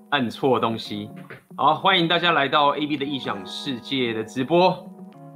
按错东西。好，欢迎大家来到 AB 的异想世界的直播。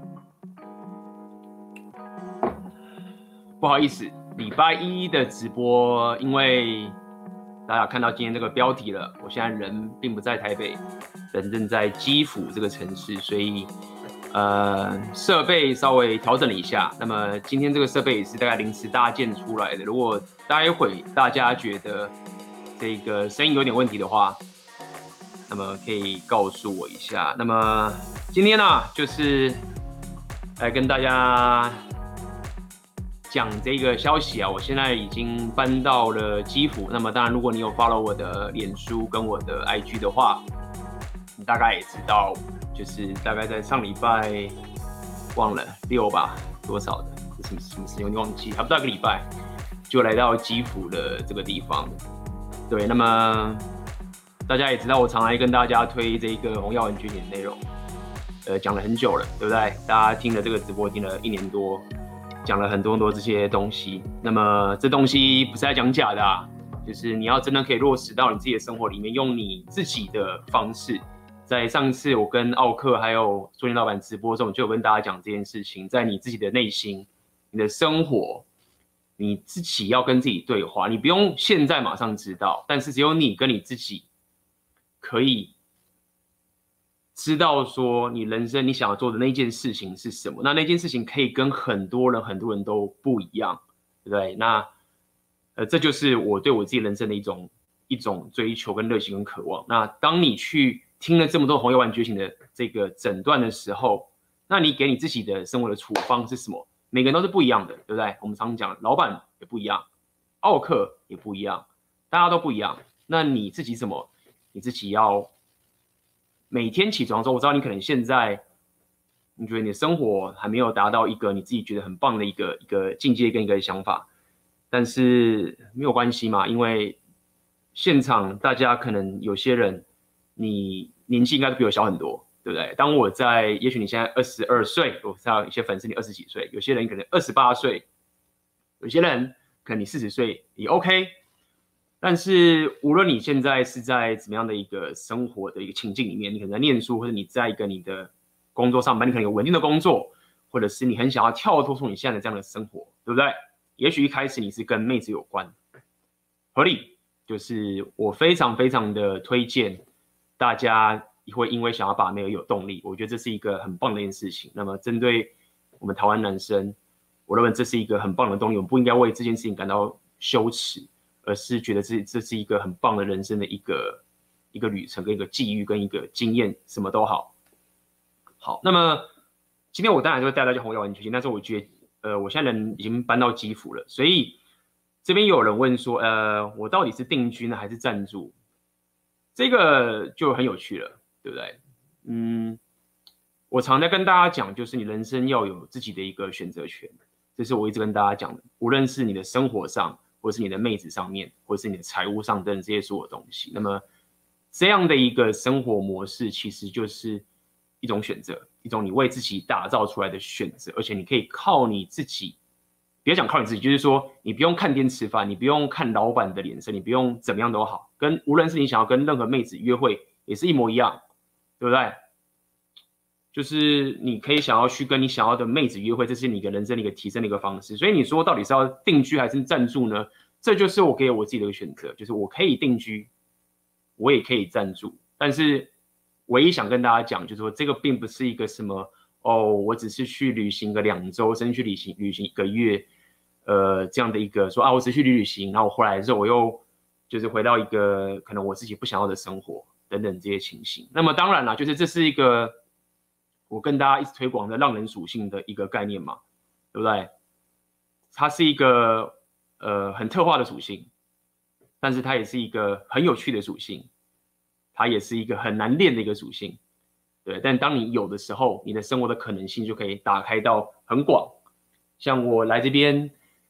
不好意思，礼拜一的直播，因为大家看到今天这个标题了，我现在人并不在台北，人正在基辅这个城市，所以设备稍微调整了一下。那么今天这个设备也是大概临时搭建出来的。如果待会大家觉得这个声音有点问题的话，那么可以告诉我一下。那么今天呢，就是来跟大家讲这个消息啊。我现在已经搬到了基辅。那么当然，如果你有 follow 我的脸书跟我的 IG 的话，你大概也知道，就是大概在上礼拜忘了6吧，多少的什么时间忘记，还不到1个礼拜就来到基辅的这个地方。对，那么大家也知道，我常来跟大家推这个红药丸觉醒的内容，讲了很久了，对不对？大家听了这个直播听了1年多，讲了很多这些东西。那么这东西不是在讲假的啊，就是你要真的可以落实到你自己的生活里面，用你自己的方式。在上次我跟奥克还有昨天老板直播中，就有跟大家讲这件事情，在你自己的内心、你的生活，你自己要跟自己对话。你不用现在马上知道，但是只有你跟你自己可以知道说你人生你想要做的那件事情是什么。那件事情可以跟很多人都不一样，对不对？那这就是我对我自己人生的一种追求跟热情跟渴望。那当你去听了这么多红药丸觉醒的这个诊断的时候，那你给你自己的生活的处方是什么？每个人都是不一样的，对不对？我们常讲，老板也不一样，奥克也不一样，大家都不一样。那你自己什么？你自己要每天起床的时候，我知道你可能现在你觉得你的生活还没有达到一个你自己觉得很棒的一个境界跟一个想法，但是没有关系嘛，因为现场大家可能有些人你年纪应该都比我小很多，对不对？当我在，也许你现在22岁，我知道有些粉丝你20几岁，有些人可能28岁，有些人可能你40岁也 OK。但是无论你现在是在怎么样的一个生活的一个情境里面，你可能在念书，或者你在一个你的工作上班，你可能有稳定的工作，或者是你很想要跳脱出你现在的这样的生活，对不对？也许一开始你是跟妹子有关，合理，就是我非常的推荐大家会因为想要把妹而有动力，我觉得这是一个很棒的一件事情。那么针对我们台湾男生，我认为这是一个很棒的动力，我们不应该为这件事情感到羞耻，而是觉得这是一个很棒的人生的一个旅程，跟一个际遇，跟一个经验，什么都好。好，那么今天我当然就会带大家红药丸觉醒，但是我觉得，我现在人已经搬到基辅了，所以这边有人问说，我到底是定居呢，还是暂住？这个就很有趣了，对不对？我常在跟大家讲，就是你人生要有自己的一个选择权，这是我一直跟大家讲的，无论是你的生活上，或是你的妹子上面，或是你的财务上等这些所有东西，那么这样的一个生活模式，其实就是一种选择，一种你为自己打造出来的选择，而且你可以靠你自己，别讲靠你自己，就是说你不用看天吃饭，你不用看老板的脸色，你不用怎么样都好，跟无论是你想要跟任何妹子约会，也是一模一样，对不对？就是你可以想要去跟你想要的妹子约会，这是你的人生的一个提升的一个方式。所以你说到底是要定居还是暂住呢？这就是我给我自己的一个选择，就是我可以定居，我也可以暂住。但是唯一想跟大家讲，就是说这个并不是一个什么我只是去旅行个2周，甚至去旅行1个月，这样的一个说我只是去旅行，然后我回来之后我又就是回到一个可能我自己不想要的生活等等这些情形。那么当然啦，就是这是一个我跟大家一直推广的浪人属性的一个概念嘛，对不对？它是一个很特化的属性，但是它也是一个很有趣的属性，它也是一个很难练的一个属性，对。但当你有的时候，你的生活的可能性就可以打开到很广。像我来这边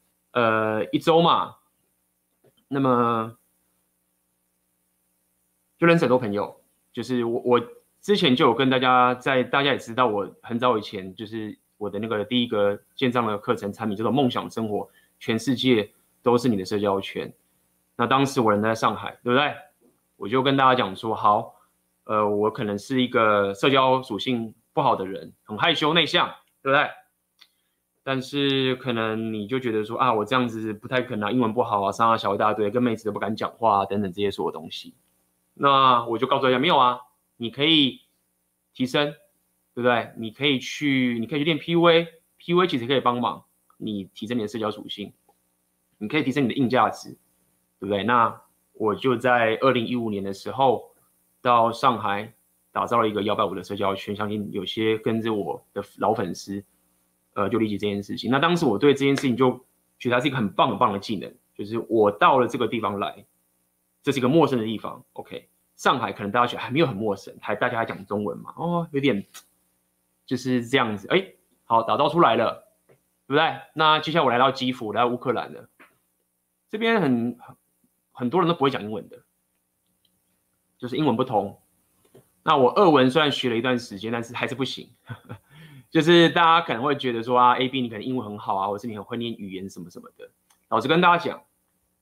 1周嘛，那么就认识很多朋友，就是我之前就有跟大家大家也知道，我很早以前就是我的那个第一个线上的课程产品叫做梦想生活，全世界都是你的社交圈。那当时我人在上海，对不对？ 我就跟大家讲说，好，我可能是一个社交属性不好的人，很害羞内向，对不对？但是可能你就觉得说啊，我这样子不太可能，英文不好啊，上小一大堆，跟妹子都不敢讲话啊，等等这些所有东西。那我就告诉大家，没有啊，你可以提升，对不对？你可以去练 PUA 其实可以帮忙你提升你的社交属性，你可以提升你的硬价值，对不对？那我就在2015年的时候到上海打造了一个150的社交圈，相信有些跟着我的老粉丝，就理解这件事情。那当时我对这件事情就觉得它是一个很棒很棒的技能，就是我到了这个地方来，这是一个陌生的地方 ，OK。上海可能大家觉得还没有很陌生，大家还讲中文嘛，有点就是这样子，好，打造出来了，对不对？那接下来我来到基辅，来到乌克兰了，这边很多人都不会讲英文的，就是英文不通。那我俄文虽然学了一段时间，但是还是不行。就是大家可能会觉得说啊 ，AB 你可能英文很好啊，或是你很会念语言什么什么的。老实跟大家讲，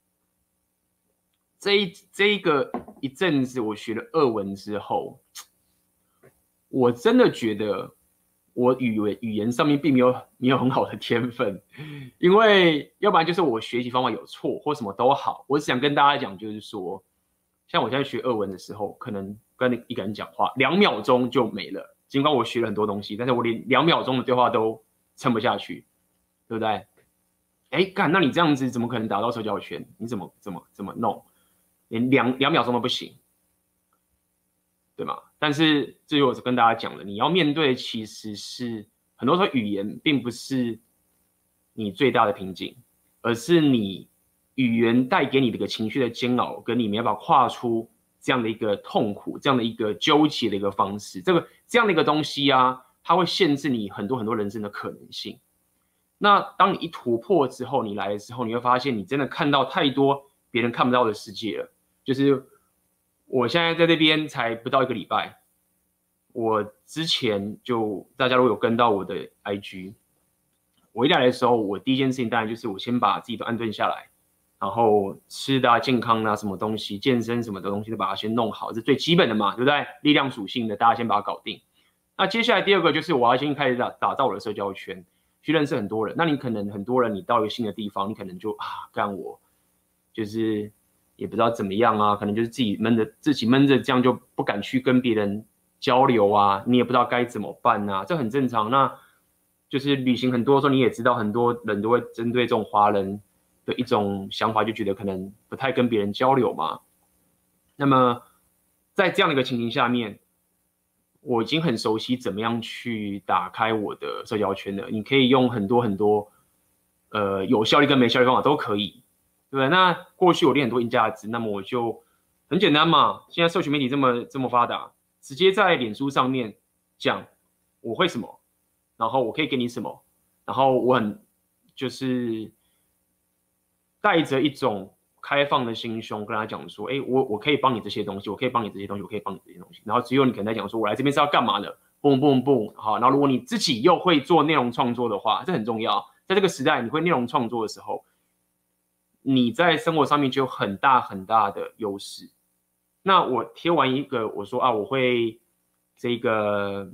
这一阵子我学了俄文之后，我真的觉得我语言上面并没有很好的天分，因为要不然就是我学习方法有错，或什么都好。我只想跟大家讲，就是说，像我现在学俄文的时候，可能跟一个人讲话2秒钟就没了。尽管我学了很多东西，但是我连2秒钟的对话都撑不下去，对不对？干，那你这样子怎么可能达到社交圈？你怎么弄？连两秒钟都不行，对吗？但是这就我跟大家讲了，你要面对其实是很多时候语言并不是你最大的瓶颈，而是你语言带给你的一个情绪的煎熬，跟你没办法跨出这样的一个痛苦，这样的一个纠结的一个方式，这样的一个东西啊，它会限制你很多人生的可能性。那当你一突破之后，你来的时候，你会发现你真的看到太多别人看不到的世界了。就是我现在在这边才不到1个礼拜，我之前就大家如果有跟到我的 IG， 我一来的时候，我第一件事情当然就是我先把自己都安顿下来，然后吃的健康什么东西，健身什么的东西都把它先弄好，这是最基本的嘛，对不对？力量属性的大家先把它搞定。那接下来第二个就是我要先开始打造我的社交圈，去认识很多人。那你可能很多人你到一个新的地方，你可能就干我就是也不知道怎么样啊，可能就是自己闷着，这样就不敢去跟别人交流啊，你也不知道该怎么办啊，这很正常。那就是旅行很多的时候，你也知道很多人都会针对这种华人的一种想法，就觉得可能不太跟别人交流嘛。那么在这样的一个情形下面，我已经很熟悉怎么样去打开我的社交圈了。你可以用很多有效率跟没效率方法都可以，对不对？那过去我练很多硬价值，那么我就很简单嘛。现在社群媒体这么发达，直接在脸书上面讲我会什么，然后我可以给你什么，然后我很就是带着一种开放的心胸跟他讲说，我可以帮你这些东西，我可以帮你这些东西，我可以帮你这些东西。然后只有你可能在讲说，我来这边是要干嘛的？蹦，好。然后如果你自己又会做内容创作的话，这很重要。在这个时代，你会内容创作的时候，你在生活上面就有很大的优势。那我贴完一个，我说我会这个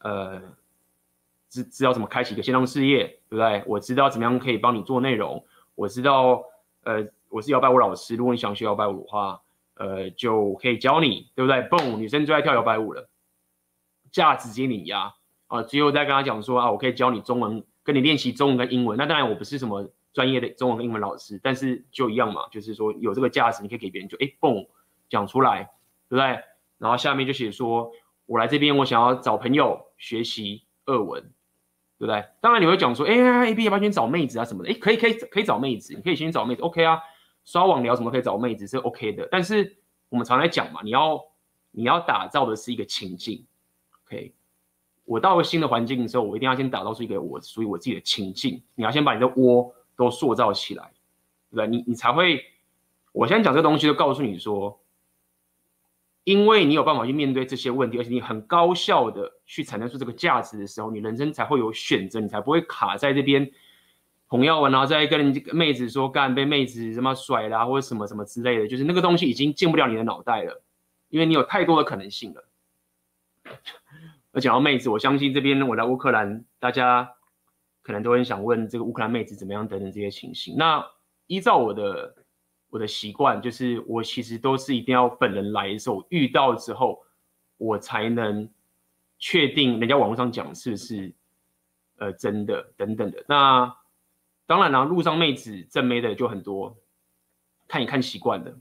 知道怎么开启一个线上事业，对不对？我知道怎么样可以帮你做内容，我知道我是摇摆舞老师，如果你想学摇摆舞的话，就可以教你，对不对？蹦，女生最爱跳摇摆舞了，价值接碾压最后再跟他讲说我可以教你中文，跟你练习中文跟英文。那当然我不是什么专业的中文跟英文老师，但是就一样嘛，就是说有这个价值，你可以给别人就蹦讲出来，对不对？然后下面就写说，我来这边我想要找朋友学习俄文，对不对？当然你会讲说，AB 要不要先找妹子啊什么的？可以找妹子，你可以先找妹子 ，OK 啊，刷网聊什么可以找妹子是 OK 的。但是我们常来讲嘛，你要打造的是一个情境 ，OK。我到了新的环境的时候，我一定要先打造出一个属于我自己的情境。你要先把你的窝都塑造起来，对不对？你才会。我现在讲这个东西，就告诉你说，因为你有办法去面对这些问题，而且你很高效的去产生出这个价值的时候，你人生才会有选择，你才不会卡在这边红药丸，然后再跟妹子说干被妹子什么甩啦，或者什么之类的，就是那个东西已经进不了你的脑袋了。 因为你有太多的可能性了。而讲到妹子，我相信这边我来乌克兰，大家可能都很想问这个乌克兰妹子怎么样等等这些情形。那依照我的习惯，就是我其实都是一定要本人来的时候遇到之后，我才能确定人家网络上讲是不是真的等等的。那当然啦，路上妹子正妹的就很多，看也看习惯了。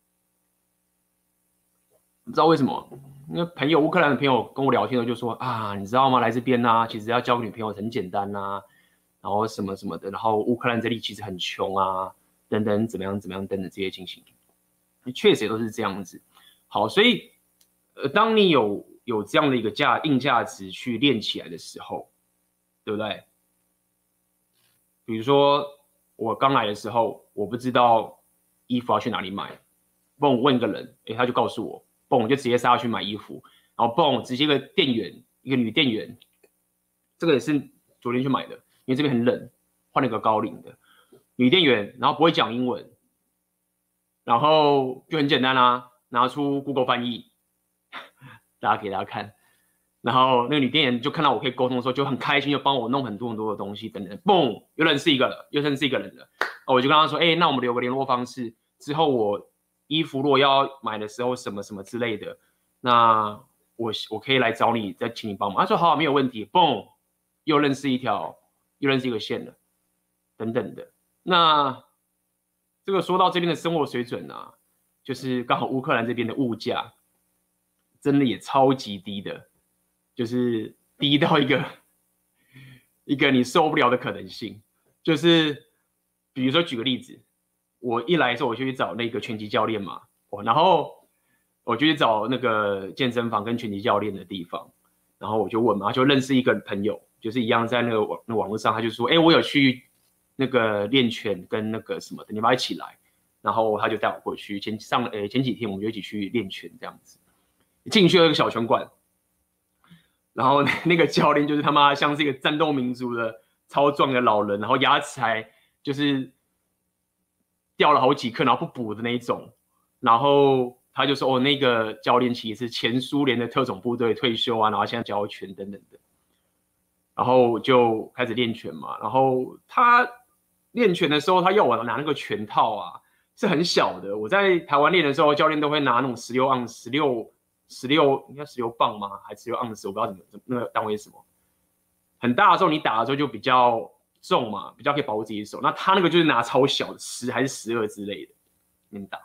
不知道为什么，因为乌克兰的朋友跟我聊天的就说啊，你知道吗？来这边啊，其实要交个女朋友很简单啊，然后什么什么的，然后乌克兰这里其实很穷啊，等等怎么样怎么样等等这些情形，确实也都是这样子。好，所以当你有这样的一个硬价值去练起来的时候，对不对？比如说我刚来的时候，我不知道衣服要去哪里买，不问一个人，他就告诉我。蹦就直接杀下去买衣服，然后蹦直接一个店员，一个女店员，这个也是昨天去买的，因为这边很冷，换了个高领的女店员，然后不会讲英文，然后就很简单啦，拿出 Google 翻译，大家给大家看，然后那个女店员就看到我可以沟通的时候，就很开心，就帮我弄很多很多的东西等等，蹦又认识一个了，又认识一个人了，我就跟他说，那我们留个联络方式，之后我衣服如果要买的时候什么什么之类的，那我可以来找你，再请你帮忙。他说好，没有问题。嘣，又认识一个线了，等等的。那这个说到这边的生活水准啊，就是刚好乌克兰这边的物价真的也超级低的，就是低到一个你受不了的可能性。就是比如说举个例子。我一来的时候，我就去找那个拳击教练嘛，然后我就去找那个健身房跟拳击教练的地方，然后我就问嘛，就认识一个朋友，就是一样在那个网络上，他就说，我有去那个练拳跟那个什么的，你们要一起来，然后他就带我过去，前几天我们就一起去练拳这样子，进去了一个小拳馆，然后那个教练就是他妈像是一个战斗民族的超壮的老人，然后牙齿还就是掉了好几颗，然后不补的那一种。然后他就说：“那个教练其实是前苏联的特种部队退休啊，然后现在教拳等等的。”然后就开始练拳嘛。然后他练拳的时候，他要我拿那个拳套啊，是很小的。我在台湾练的时候，教练都会拿那种16盎司、应该16磅吗？还是16盎司？我不知道那个单位是什么。很大的时候，你打的时候就比较重嘛，比较可以保护自己的手。那他那个就是拿超小的10还是12之类的，你打。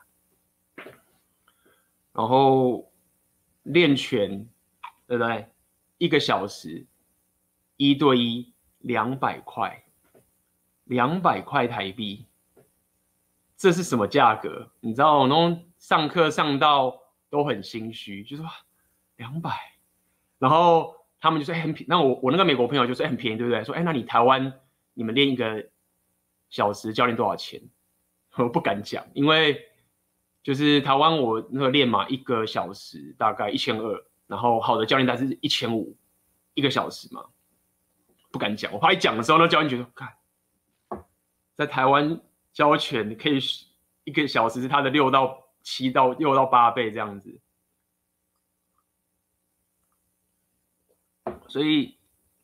然后练拳，对不对？1个小时1对1200块，200块台币，这是什么价格？你知道，我那种上课上到都很心虚，就说200，然后他们就说很便宜。那我那个美国朋友就说很便宜，对不对？说那你台湾你们练1个小时教练多少钱？我不敢讲，因为就是台湾我那个练嘛，1个小时大概1200，然后好的教练大概是1500，1个小时嘛，不敢讲。我怕一讲的时候，那教练觉得，看在台湾教拳可以1个小时是他的6到8倍这样子。所以，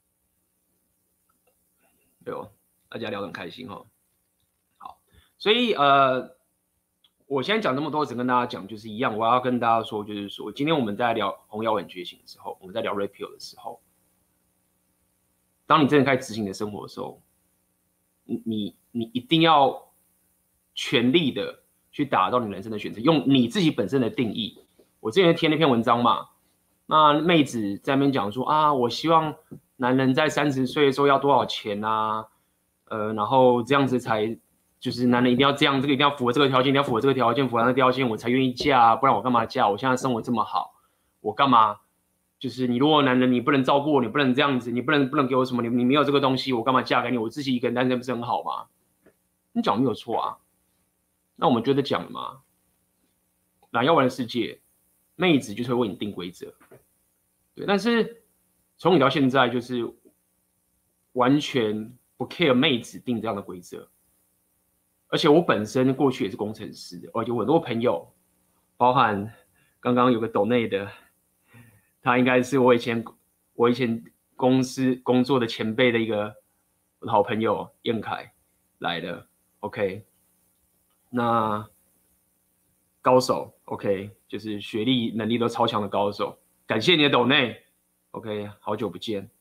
对哦，大家聊得很开心哦。好，所以我现在讲这么多，只跟大家讲就是一样，我要跟大家说，就是说，今天我们在聊红药丸觉醒的时候，我们在聊 Repeal 的时候，当你真的开始执行你的生活的时候，你一定要全力的去打造你人生的选择，用你自己本身的定义。我之前贴那篇文章嘛，那妹子在那边讲说啊，我希望男人在30岁的时候要多少钱啊？然后这样子才就是男人一定要这样，这个一定要符合这个条件，一定要符合这个条件，符合那个条件，我才愿意嫁，不然我干嘛嫁？我现在生活这么好，我干嘛？就是你如果男人你不能照顾我，你不能这样子，你不能给我什么，你没有这个东西，我干嘛嫁给你？我自己一个人单身不是很好吗？你讲没有错啊。那我们觉得讲了嘛，蓝药丸的世界，妹子就是会为你定规则，对。但是从你到现在就是完全不 care 妹子定这样的规则，而且我本身过去也是工程师，而且我很多朋友，包含刚刚有个抖内的，他应该是我以前公司工作的前辈的一个我的好朋友燕凯来的。OK， 那高手 OK， 就是学历能力都超强的高手。感谢你的抖内 OK， 好久不见。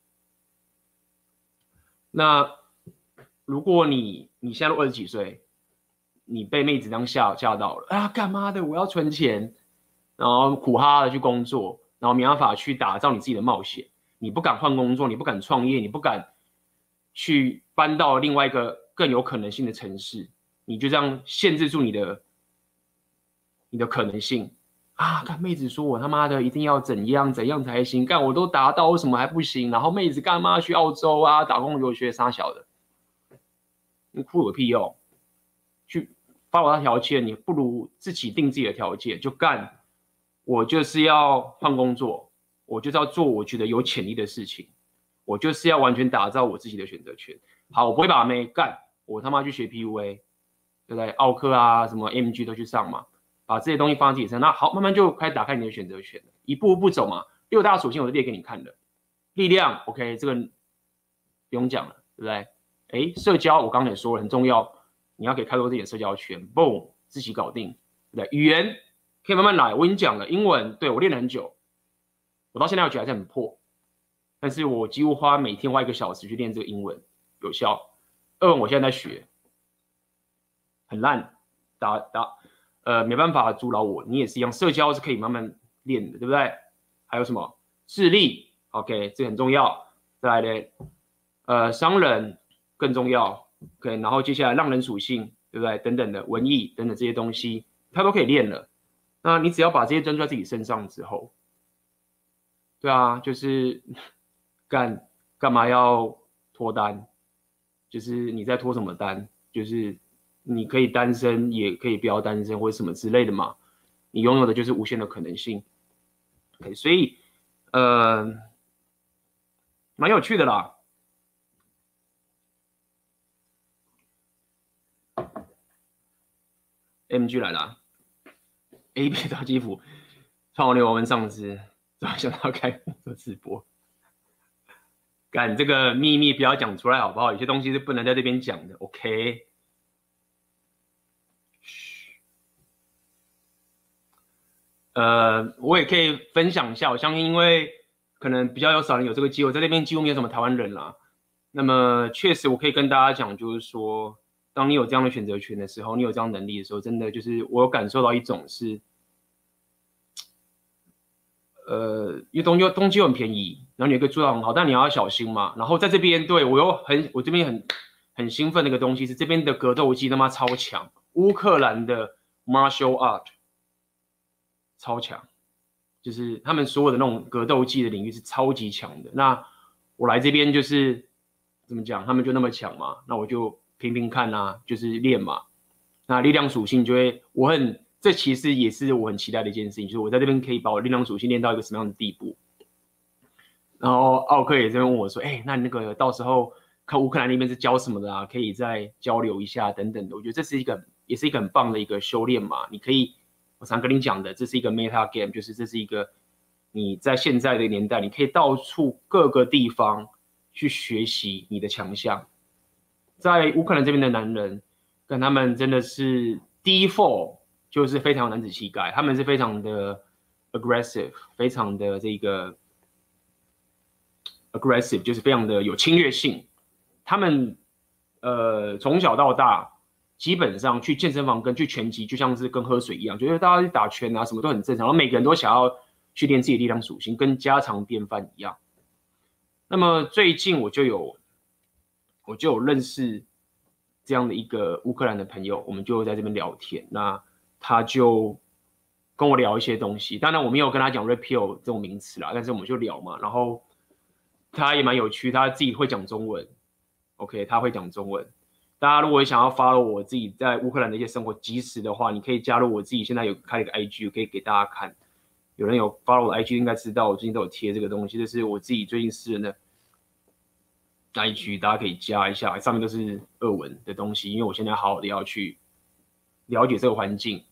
那如果你现在都20几岁，你被妹子这样吓到了啊，干嘛的？我要存钱，然后苦哈哈的去工作，然后没办法去打造你自己的冒险，你不敢换工作，你不敢创业，你不敢去搬到另外一个更有可能性的城市，你就这样限制住你的可能性啊！看妹子说我他妈的一定要怎样才行，干我都达到，为什么还不行？然后妹子干嘛去澳洲啊，打工留学啥小的，你哭有屁用？去发我那条件，你不如自己定自己的条件，就干。我就是要换工作，我就是要做我觉得有潜力的事情，我就是要完全打造我自己的选择权。好，我不会把妹干，我他妈去学 PUA， 对不对？奥克啊，什么 MG 都去上嘛，把这些东西放在自己身上。那好，慢慢就开始打开你的选择权了，一步步走嘛。6大属性我都列给你看了，力量 OK， 这个不用讲了，对不对？哎，社交我刚刚也说了很重要，你要可以开拓自己的社交圈 ，boom， 自己搞定，对不对？语言可以慢慢来，我已经讲了，英文对我练了很久，我到现在我觉得还是很破，但是我几乎每天花1个小时去练这个英文，有效。俄文我现在在学，很烂，没办法阻挠我，你也是一样，社交是可以慢慢练的，对不对？还有什么智力 ，OK， 这很重要。再来呢，商人更重要 ，OK， 然后接下来让人属性，对不对？等等的文艺等等这些东西，它都可以练了。那你只要把这些专注在自己身上之后，对啊，就是干嘛要脱单？就是你在脱什么单？就是你可以单身，也可以不要单身，或者什么之类的嘛。你拥有的就是无限的可能性。Okay， 所以蛮有趣的啦。MG 来了 ，AB 到基辅，创立我们上司，想到开做直播。干这个秘密不要讲出来好不好？有些东西是不能在这边讲的 ，OK？ 我也可以分享一下，我相信因为可能比较少人有这个机会，在那边几乎没有什么台湾人啦。那么确实我可以跟大家讲，就是说，当你有这样的选择权的时候，你有这样能力的时候，真的就是我有感受到一种是，因为东京很便宜，然后你也可以住到很好，但你要小心嘛。然后在这边，对我这边很兴奋的一个东西是这边的格斗技他妈超强，乌克兰的 martial art 超强，就是他们所有的那种格斗技的领域是超级强的。那我来这边就是怎么讲，他们就那么强嘛，那我就拼拼看啊，就是练嘛。那力量属性就会，这其实也是我很期待的一件事情，就是我在这边可以把我力量属性练到一个什么样的地步。然后奥克也在问我说：“哎，那你那个到时候看乌克兰那边是教什么的啊？可以再交流一下等等的。”我觉得这是也是一个很棒的一个修炼嘛。你可以，我常跟你讲的，这是一个 meta game， 就是这是一个你在现在的年代，你可以到处各个地方去学习你的强项。在乌克兰这边的男人，跟他们真的是 default 就是非常有男子气概，他们是非常的 aggressive， 非常的这个 aggressive， 就是非常的有侵略性。他们从小到大，基本上去健身房跟去拳击就像是跟喝水一样，就是大家去打拳啊，什么都很正常，然后每个人都想要去练自己的力量属性，跟家常便饭一样。那么最近我就有认识这样的一个乌克兰的朋友，我们就在这边聊天。那他就跟我聊一些东西，当然我没有跟他讲 repeal 这种名词啦，但是我们就聊嘛。然后他也蛮有趣，他自己会讲中文 ，OK， 他会讲中文。大家如果想要 follow 我自己在乌克兰的一些生活即时的话，你可以加入我自己现在有开了一个 IG， 可以给大家看。有人有 follow 我的 IG 应该知道，我最近都有贴这个东西，这是我自己最近私人的 IG， 大家可以加一下，上面都是俄文的东西，因为我现在好好的要去了解这个环境。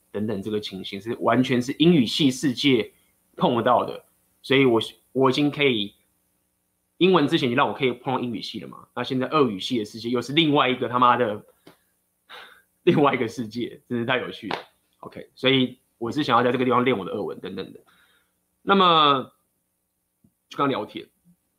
等等这个情形，是完全是英语系世界碰不到的。所以我已经可以英文之前就让我可以碰到英语系了嘛，那现在俄语系的世界又是另外一个他妈的另外一个世界，真是太有趣了。OK， 所以我是想要在这个地方练我的俄文等等的。那么就刚聊天，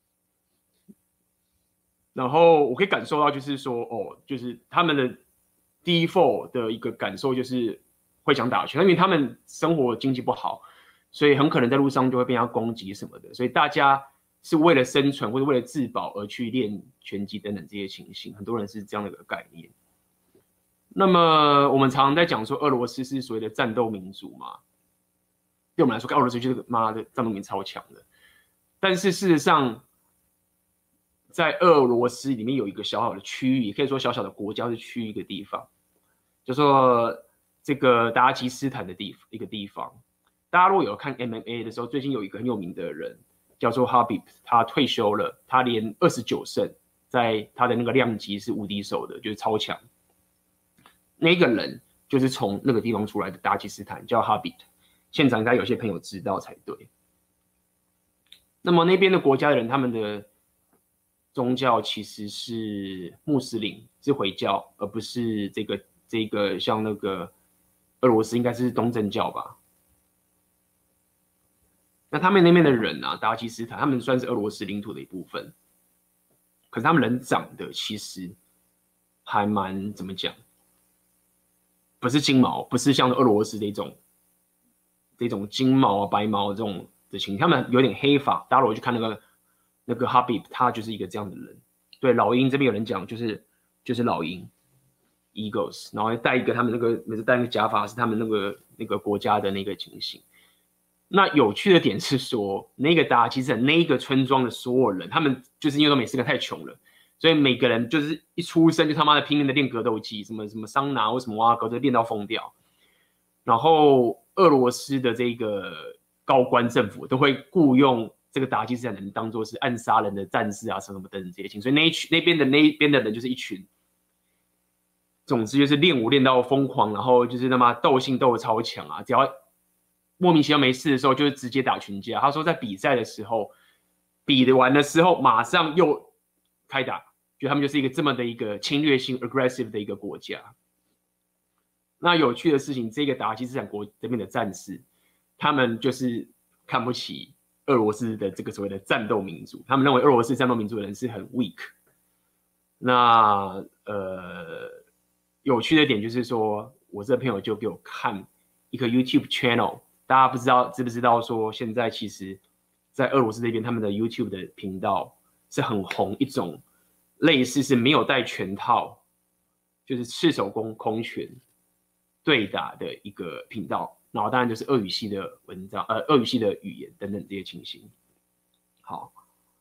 然后我可以感受到就是说，就是他们的 default 的一个感受就是会想打拳，因为他们生活经济不好，所以很可能在路上就会被人家攻击什么的，所以大家是为了生存或者为了自保而去练拳击等等这些情形，很多人是这样的一个概念。那么我们常常在讲说俄罗斯是所谓的战斗民族嘛，对我们来说，俄罗斯就是妈的战斗民超强的。但是事实上，在俄罗斯里面有一个小小的区域，也可以说小小的国家是区域一个地方，就说这个达吉斯坦的一个地方。大家如果有看 MMA 的时候，最近有一个很有名的人叫做 Habib， 他退休了，他连29胜，在他的那个量级是无敌手的，就是超强。那个人就是从那个地方出来的，达吉斯坦叫 Habib， 现场应该有些朋友知道才对。那么那边的国家的人，他们的宗教其实是穆斯林，是回教，而不是这个像那个俄罗斯应该是东正教吧。那他们那边的人啊，达吉斯坦，他们算是俄罗斯领土的一部分，可是他们人长得其实还蛮怎么讲，不是金毛，不是像俄罗斯这种金毛啊、白毛这种的情况，他们有点黑发。大家如果去看那个 Habib， 他就是一个这样的人。对，老鹰这边有人讲就是老鹰 Eagles， 然后戴一个他们每次戴那个假发是他们那个国家的那个情形。那有趣的点是说，那个达吉斯坦那一个村庄的所有人，他们就是因为都美式人太穷了，所以每个人就是一出生就他妈的拼命的练格斗技，什么桑拿或什么哇格斗练到疯掉。然后俄罗斯的这个高官政府都会雇佣这个达吉斯坦人当做是暗杀人的战士啊，什么等等这些情，所以那边的人就是一群，总之就是练武练到疯狂，然后就是他妈斗性斗得超强啊，只要莫名其妙没事的时候，就是直接打群架。他说在比赛的时候，比完的时候马上又开打，就他们就是一个这么的一个侵略性 aggressive 的一个国家。那有趣的事情，这个达吉斯坦国这边的战士，他们就是看不起俄罗斯的这个所谓的战斗民族，他们认为俄罗斯战斗民族的人是很 weak。那有趣的点就是说，我这个朋友就给我看一个 YouTube channel。大家知不知道说，现在其实，在俄罗斯那边，他们的 YouTube 的频道是很红一种类似是没有戴拳套，就是赤手空拳对打的一个频道。然后当然就是俄语系的文章，俄语系的语言等等这些情形。好，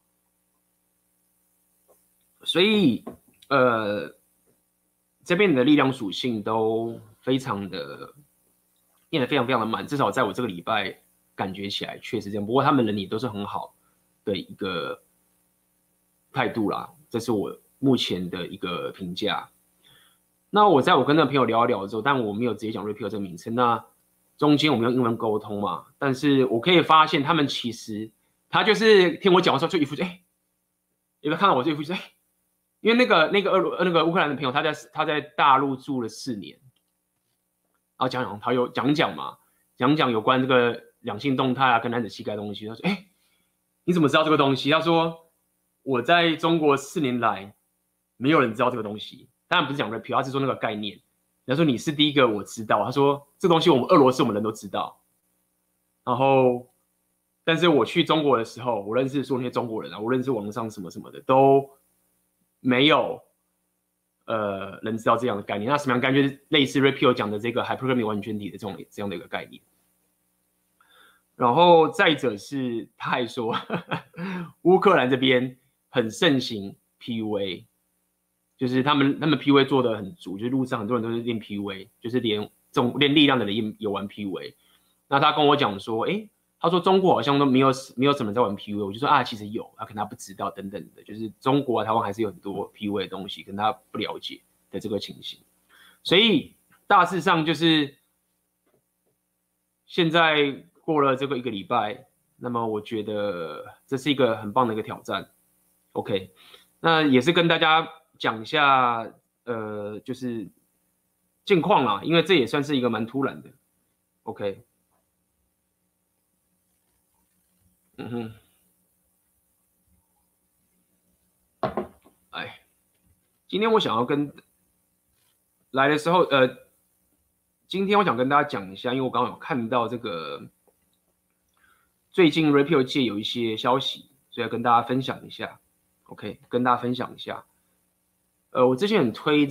所以这边的力量属性都非常的。练得非常非常的慢，至少在我这个礼拜感觉起来确实这样。不过他们人也都是很好的一个态度啦，这是我目前的一个评价。那我跟那个朋友聊一聊之后，但我没有直接讲 Repeal 这个名称。那中间我们用英文沟通嘛，但是我可以发现他们其实他就是听我讲的时候就一副有没有看到我这一副因为那个乌克兰的朋友他在大陆住了4年。然后他有讲嘛，讲有关这个两性动态啊，跟男子气概的东西。他说：“你怎么知道这个东西？”他说：“我在中国4年来，没有人知道这个东西。当然不是讲 Repeal， 他是说那个概念。他说你是第一个我知道。他说这东西我们俄罗斯我们人都知道。然后，但是我去中国的时候，我认识说那些中国人啊，我认识网上什么什么的都没有。”人知道这样的概念，那什么样的概念就是类似 Repeal 讲的这个 hypergamy 完全体的这样的一个概念。然后再者是，他还说乌克兰这边很盛行 PUA， 就是他们 PUA 做的很足，就是路上很多人都是练 PUA， 就是连力量的人也玩 PUA。那他跟我讲说，他说中国好像都没有什么人在玩 PUA， 我就说其实有，可能他不知道等等的，就是中国台湾还是有很多 PUA 的东西，可能他不了解的这个情形。所以大致上就是现在过了这个1个礼拜，那么我觉得这是一个很棒的一个挑战。OK， 那也是跟大家讲一下，就是近况啦，因为这也算是一个蛮突然的。OK， 嗯哼，哎，今天我想要跟来的时候，今天我想跟大家讲一下，因为我刚刚有看到这个最近 Repeal 界有一些消息，所以要跟大家分享一下。OK， 跟大家分享一下。我之前很推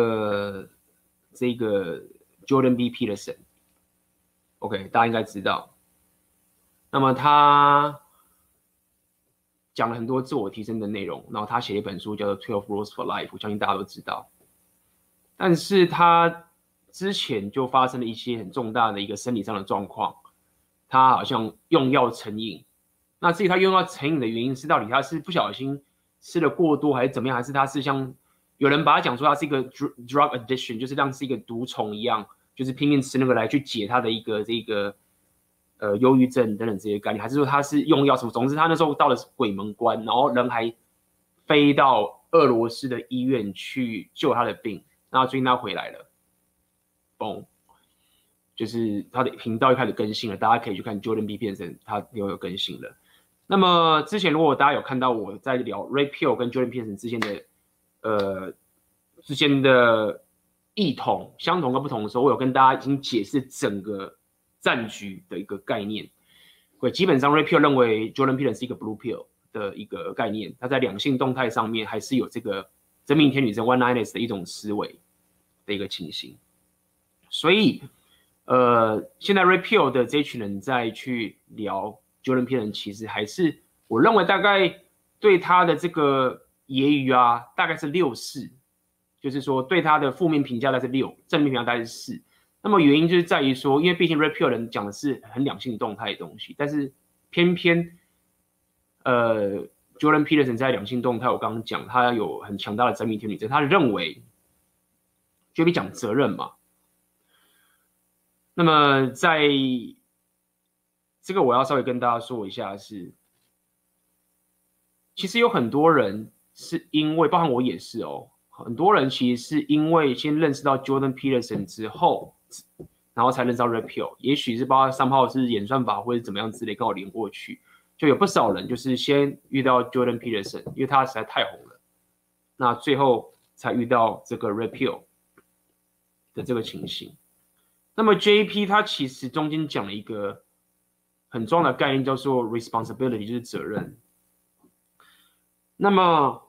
这个 Jordan B. Peterson，OK， 大家应该知道。那么他讲了很多自我提升的内容，然后他写了一本书叫做《12 Rules for Life》，我相信大家都知道。但是他之前就发生了一些很重大的一个生理上的状况，他好像用药成瘾。那至于他用药成瘾的原因是到底他是不小心吃的过多还是怎么样，还是他是像有人把他讲说他是一个 drug addiction， 就是像是一个毒虫一样，就是拼命吃那个来去解他的一个忧郁症等等这些概念，还是说他是用药什么？总之他那时候到了鬼门关，然后人还飞到俄罗斯的医院去救他的病。那最近他回来了，嘣，就是他的频道又开始更新了，大家可以去看 Jordan B. Peterson， 他又有更新了。那么之前如果大家有看到我在聊 Repeal 跟 Jordan Peterson 之间的异同、相同跟不同的时候，我有跟大家已经解释整个战局的一个概念。基本上 Repeal 认为 Jordan Peterson 是一个 Blue Pill 的一个概念，他在两性动态上面还是有这个真命天女真 One Night 的一种思维的一个情形。所以现在 Repeal 的这一群人在去聊 Jordan Peterson， 其实还是我认为大概对他的这个揶揄啊，大概是6-4，就是说对他的负面评价大概是6，正面评价大概是4。那么原因就是在于说，因为毕竟 Repeal 人讲的是很两性动态的东西，但是偏偏Jordan Peterson 在两性动态，我刚刚讲他有很强大的真命天女症，他认为就比讲责任嘛。那么在这个我要稍微跟大家说一下是，其实有很多人是因为，包含我也是哦，很多人其实是因为先认识到 Jordan Peterson 之后，然后才认识到 Repeal， 也许是包括上号是演算法或者怎么样之类刚好连过去，就有不少人就是先遇到 Jordan Peterson， 因为他实在太红了，那最后才遇到这个 Repeal 的这个情形。那么 JP 他其实中间讲了一个很重要的概念，叫做 responsibility， 就是责任。那么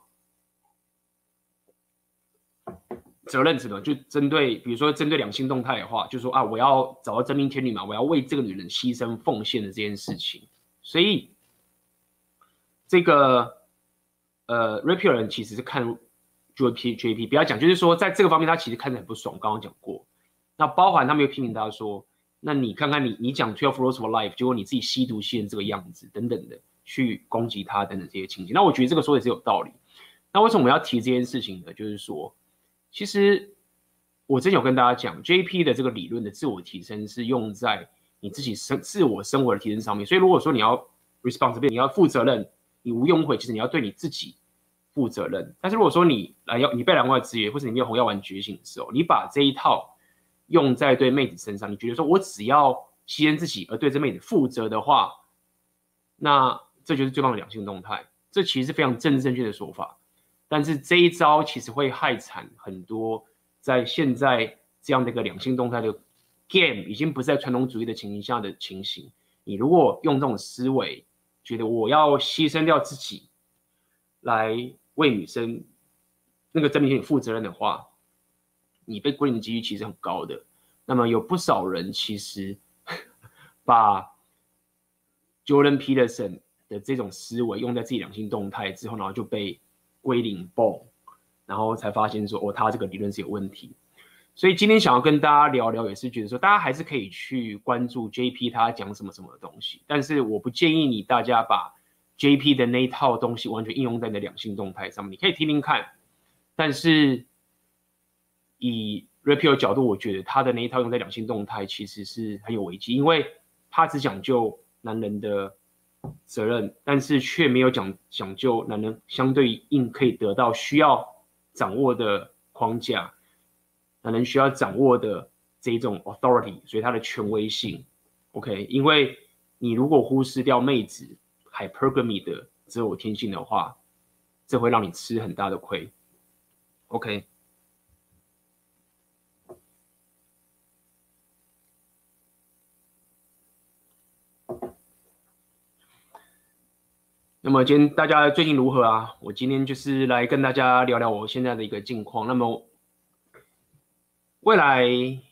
责任什么？就针对，比如说针对两性动态的话，就说啊，我要找到真命天女嘛，我要为这个女人牺牲奉献的这件事情。所以这个Repeal 人其实是看 JP， 不要讲，就是说在这个方面他其实看得很不爽，刚刚讲过。那包含他们又批评他说，那你看看你讲12 Rules for Life， 结果你自己吸毒吸成这个样子，等等的，去攻击他等等这些情形。那我觉得这个说的是有道理。那为什么我要提这件事情呢？就是说，其实我之前有跟大家讲 ，JP 的这个理论的自我提升是用在你自己自我生活的提升上面。所以如果说你要 responsibility， 你要负责任，你无用悔，其实你要对你自己负责任。但是如果说你被蓝怪制约，或者你没有红药丸觉醒的时候，你把这一套用在对妹子身上，你觉得说我只要牺牲自己而对这妹子负责的话，那这就是最棒的两性动态。这其实是非常政治正确的说法，但是这一招其实会害惨很多在现在这样的一个两性动态的 game 已经不是在传统主义的情形下的情形。你如果用这种思维，觉得我要牺牲掉自己来为女生那个真命天女负责任的话，你被归零的几率其实很高的。那么有不少人其实把 Jordan Peterson 的这种思维用在自己两性动态之后，然后就被归零爆，然后才发现说，哦，他这个理论是有问题。所以今天想要跟大家聊聊，也是觉得说，大家还是可以去关注 JP 他讲什么什么的东西，但是我不建议你大家把 JP 的那一套东西完全应用在你的两性动态上面，你可以听听看，但是以 Repeal 角度，我觉得他的那一套用在两性动态其实是很有危机，因为他只讲究男人的责任，但是却没有讲究男人相对应可以得到需要掌握的框架，男人需要掌握的这种 authority， 所以他的权威性。OK， 因为你如果忽视掉妹子 hypergamy 的择偶天性的话，这会让你吃很大的亏。OK。那么今天大家最近如何啊？我今天就是来跟大家聊聊我现在的一个近况。那么未来，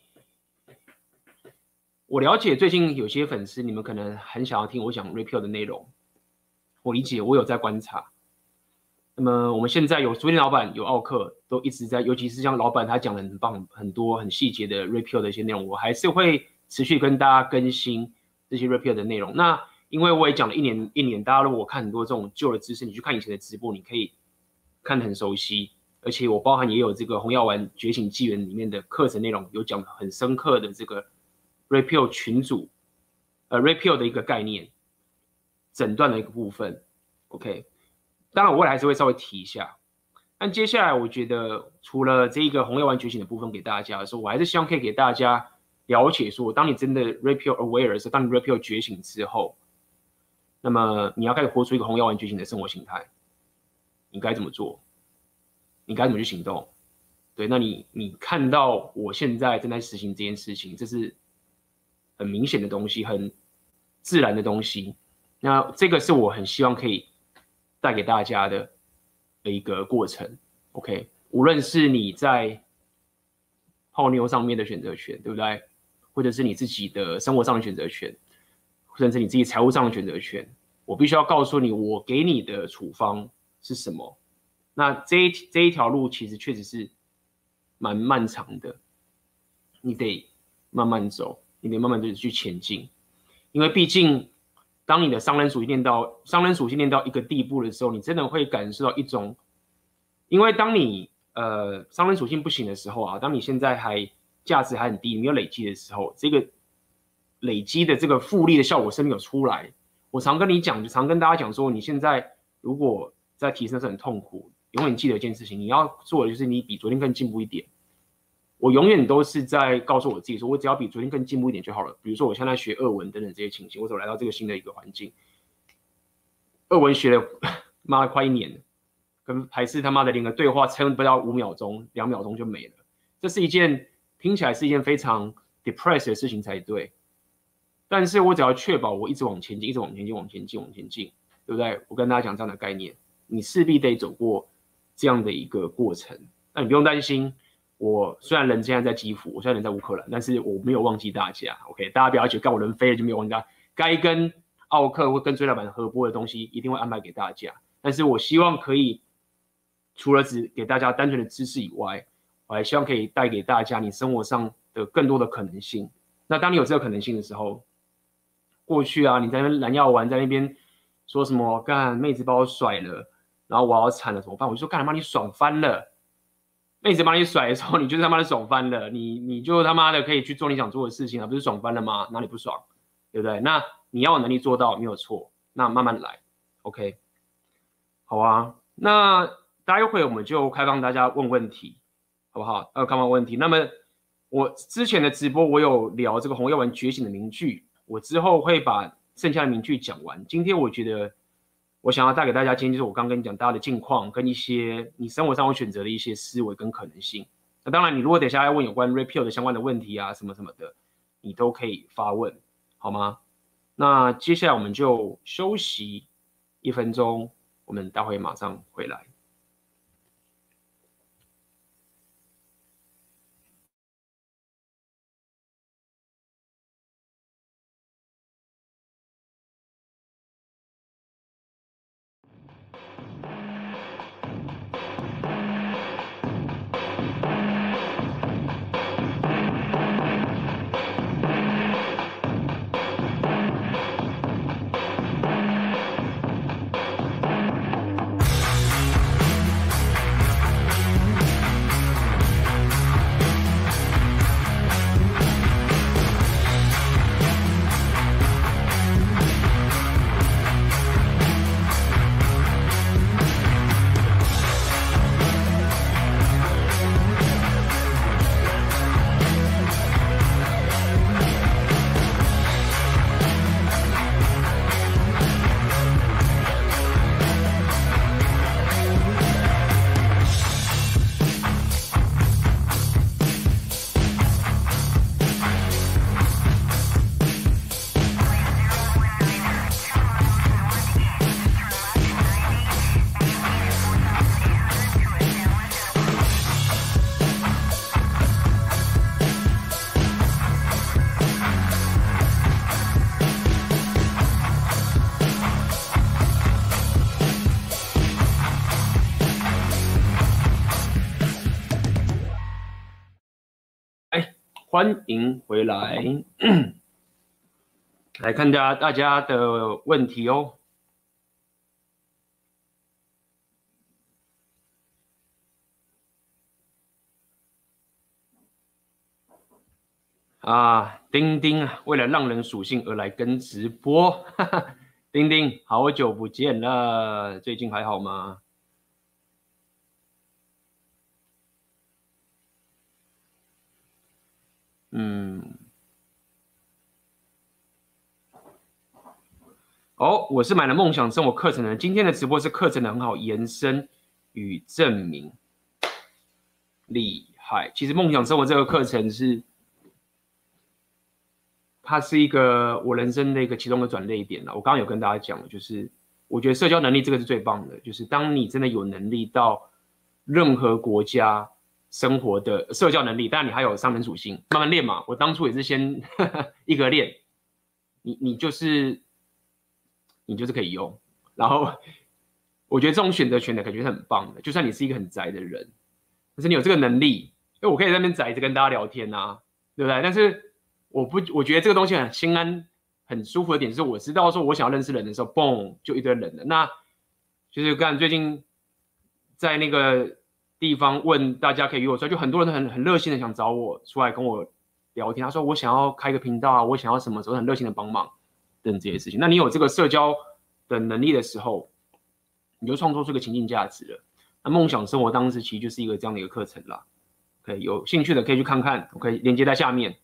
我了解最近有些粉丝你们可能很想要听我讲 repeal 的内容，我理解，我有在观察。那么我们现在有昨天老板有奥克都一直在，尤其是像老板他讲的很棒，很多很细节的 repeal 的一些内容，我还是会持续跟大家更新这些 repeal 的内容。那因为我也讲了一年，大家如果看很多这种旧的知识，你去看以前的直播，你可以看得很熟悉。而且我包含也有这个红药丸觉醒纪元里面的课程内容，有讲很深刻的这个 repeal 群组，repeal 的一个概念，诊断的一个部分。OK， 当然我未来还是会稍微提一下。但接下来我觉得除了这个红药丸觉醒的部分给大家的时候，我还是希望可以给大家了解说，当你真的 repeal aware 的时候，当你 repeal 觉醒之后。那么你要开始活出一个红药丸觉醒的生活形态，你该怎么做？你该怎么去行动？对，那你看到我现在正在实行这件事情，这是很明显的东西，很自然的东西。那这个是我很希望可以带给大家的一个过程。OK， 无论是你在泡妞上面的选择权，对不对？或者是你自己的生活上的选择权。甚至你自己财务上的选择权，我必须要告诉你，我给你的处方是什么。那这一条路其实确实是蛮漫长的，你得慢慢走，你得慢慢的去前进。因为毕竟，当你的商人属性练到一个地步的时候，你真的会感受到一种，因为当你商人属性不行的时候啊，当你现在价值还很低，没有累积的时候，这个累积的这个复利的效果是没有出来。我常跟大家讲说，你现在如果在提升是很痛苦，永远记得一件事情，你要做的就是你比昨天更进步一点。我永远都是在告诉我自己说，我只要比昨天更进步一点就好了。比如说我现在学俄文等等这些情形，我怎么来到这个新的一个环境？俄文学了妈快1年了，跟还是他妈的连个对话撑不到5秒钟、2秒钟就没了。这是一件听起来是一件非常 depressed 的事情才对。但是我只要确保我一直往前进，一直往前进，往前进，往前进，对不对？我跟大家讲这样的概念，你势必得走过这样的一个过程。那你不用担心，我虽然人现在在基辅，我虽然人在乌克兰，但是我没有忘记大家。OK， 大家不要觉得干我人飞了就没有忘记大家，该跟奥克或跟追老板合播的东西一定会安排给大家。但是我希望可以除了只给大家单纯的知识以外，我还希望可以带给大家你生活上的更多的可能性。那当你有这个可能性的时候，过去啊，你在那边蓝药丸在那边说什么干妹子把我甩了，然后我好惨了怎么办？我就说干他妈你爽翻了，妹子把你甩的时候，你就是他妈的爽翻了，你就他妈的可以去做你想做的事情啊，不是爽翻了吗？哪里不爽？对不对？那你要有能力做到没有错，那慢慢来 ，OK， 好啊。那待会我们就开放大家问问题，好不好？开放问题。那么我之前的直播我有聊这个红药丸觉醒的名句。我之后会把剩下的名句讲完。今天我觉得我想要带给大家，今天就是我刚跟你讲大家的近况，跟一些你生活上会选择的一些思维跟可能性。那当然，你如果等一下要问有关 repeal 的相关的问题啊，什么什么的，你都可以发问，好吗？那接下来我们就休息1分钟，我们待会马上回来。 欢迎回来，来看大家的问题哦。啊，丁丁啊，为了让人属性而来跟直播，哈哈，丁丁，好久不见了，最近还好吗？哦，我是买了梦想生活课程的人，今天的直播是课程的很好延伸与证明，厉害。其实梦想生活这个课程它是一个我人生的一个其中的转捩点了。我刚刚有跟大家讲了，就是我觉得社交能力这个是最棒的，就是当你真的有能力到任何国家生活的社交能力，当然你还有商人属性，慢慢练嘛。我当初也是先一个练，你就是可以用。然后我觉得这种选择权的感觉是很棒的，就算你是一个很宅的人，但是你有这个能力，因为我可以在那边宅着跟大家聊天啊，对不对？但是我觉得这个东西很心安、很舒服的点是，我知道说我想要认识人的时候，嘣就一堆人了。那就是刚最近在那个地方问大家可以约我出来，就很多人很热心的想找我出来跟我聊天。他说我想要开个频道啊，我想要什么时候很热心的帮忙等这些事情。那你有这个社交的能力的时候，你就创作出一个情境价值了。那梦想生活当时其实就是一个这样的一个课程啦。可以有兴趣的可以去看看，我可以连接在下面。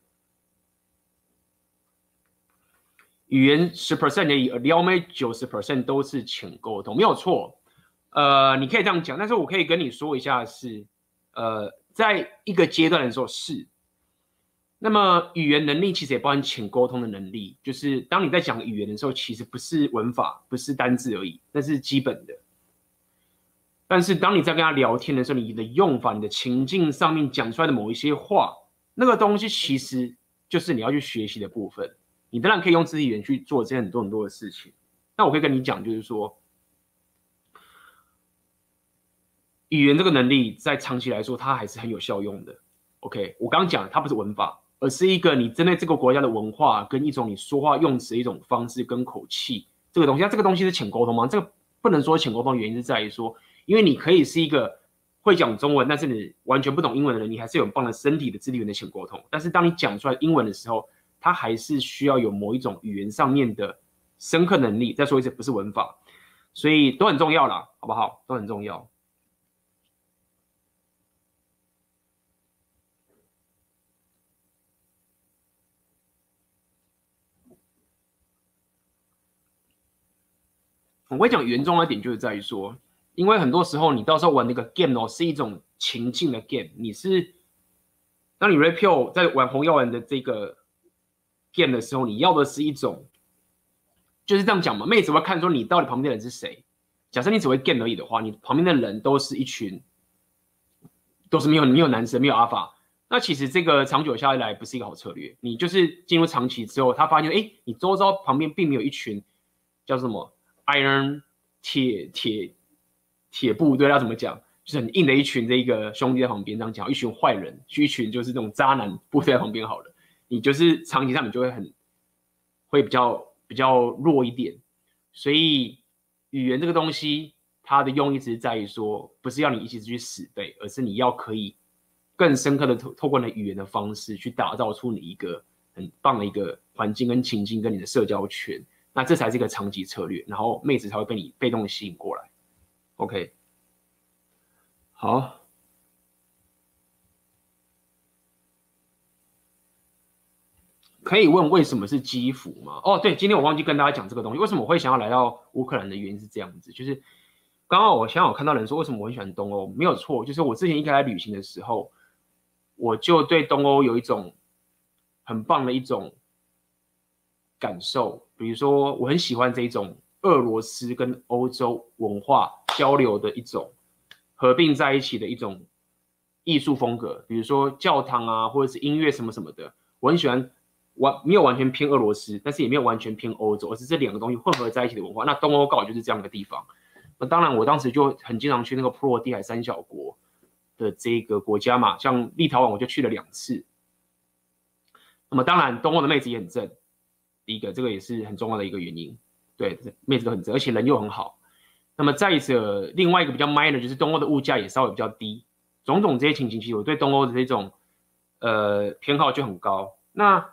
语言10% 而已，撩妹90% 都是浅沟通，没有错。你可以这样讲，但是我可以跟你说一下是，在一个阶段的时候是。那么语言能力其实也包含浅沟通的能力，就是当你在讲语言的时候，其实不是文法，不是单字而已，那是基本的。但是当你在跟他聊天的时候，你的用法、你的情境上面讲出来的某一些话，那个东西其实就是你要去学习的部分。你当然可以用肢体语言去做这些很多的事情。那我可以跟你讲，就是说，语言这个能力在长期来说，它还是很有效用的。OK， 我刚刚讲它不是文法，而是一个你针对这个国家的文化跟一种你说话用词的一种方式跟口气这个东西。那这个东西是浅沟通吗？这个不能说浅沟通，原因是在于说，因为你可以是一个会讲中文，但是你完全不懂英文的人，你还是有很棒的身体的肢体语言的浅沟通。但是当你讲出来英文的时候，它还是需要有某一种语言上面的深刻能力。再说一次，不是文法，所以都很重要啦，好不好？都很重要。我会讲严重的点就是在于说，因为很多时候你到时候玩那个 game 哦，是一种情境的 game，当你 repeal 在玩红药丸的这个 game 的时候，你要的是一种，就是这样讲嘛，妹子会看说你到底旁边的人是谁。假设你只会 game 而已的话，你旁边的人都是一群，都是没有男生，没有阿法。那其实这个长久下来不是一个好策略。你就是进入长期之后，他发现，哎，你周遭旁边并没有一群叫什么 iron 铁布，对他怎么讲？就是很硬的一群这个兄弟在旁边，这样讲，一群坏人，一群就是那种渣男部队在旁边好了。你就是长期上你就会比较弱一点。所以语言这个东西，它的用意只是在于说，不是要你一直去死背，而是你要可以更深刻的透过你的语言的方式，去打造出你一个很棒的一个环境跟情境，跟你的社交圈。那这才是一个长期策略，然后妹子才会被你被动吸引过来。OK， 好。可以问为什么是基辅吗？哦，对，今天我忘记跟大家讲这个东西。为什么我会想要来到乌克兰的原因是这样子，就是刚刚我想有看到人说为什么我很喜欢东欧，没有错，就是我之前一开始旅行的时候，我就对东欧有一种很棒的一种感受。比如说，我很喜欢这一种俄罗斯跟欧洲文化交流的一种合并在一起的一种艺术风格，比如说教堂啊，或者是音乐什么什么的，我很喜欢。没有完全偏俄罗斯，但是也没有完全偏欧洲，而是这两个东西混合在一起的文化。那东欧刚好就是这样的地方。那当然，我当时就很经常去那个波罗的海三小国的这个国家嘛，像立陶宛我就去了2次， 那么当然，东欧的妹子也很正，第一个这个也是很重要的一个原因。对，妹子都很正，而且人又很好。那么再者，另外一个比较 minor 就是东欧的物价也稍微比较低。种种这些情形，其实我对东欧的这种偏好就很高。那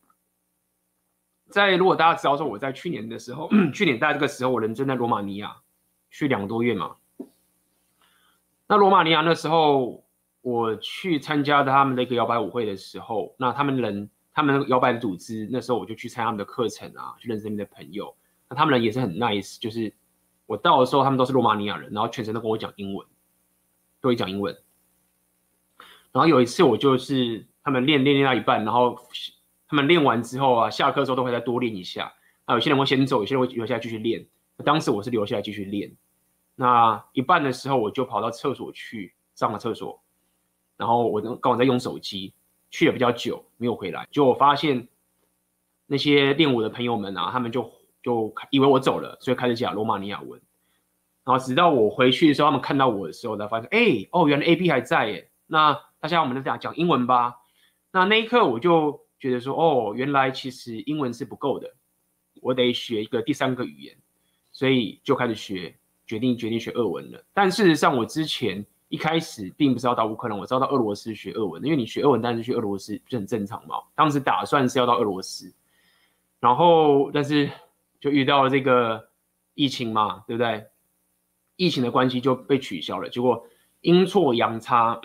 如果大家知道说我在去年的时候，去年大概这个时候我人正在罗马尼亚去2多月嘛。那罗马尼亚那时候我去参加他们的一个摇摆舞会的时候，那他们摇摆的组织，那时候我就去参加他们的课程啊，去认识他们的朋友。那他们人也是很 nice， 就是我到的时候他们都是罗马尼亚人，然后全程都跟我讲英文，都会讲英文。然后有一次我就是他们练到一半，然后他们练完之后啊，下课的时候都会再多练一下。那有些人会先走，有些人会留下来继续练。当时我是留下来继续练。那一半的时候我就跑到厕所去上了厕所，然后我刚好在用手机，去了比较久没有回来，就我发现那些练舞的朋友们啊，他们就以为我走了，所以开始讲罗马尼亚文。然后直到我回去的时候，他们看到我的时候才发现，原来 AB 还在耶。那大家我们讲英文吧。那一刻我就觉得说，原来其实英文是不够的，我得学一个第3个语言，所以就开始决定学俄文了。但事实上，我之前一开始并不是要到乌克兰，我是要到俄罗斯学俄文，因为你学俄文当然是去俄罗斯，就很正常嘛。当时打算是要到俄罗斯，然后但是就遇到了这个疫情嘛，对不对？疫情的关系就被取消了，结果阴错阳差，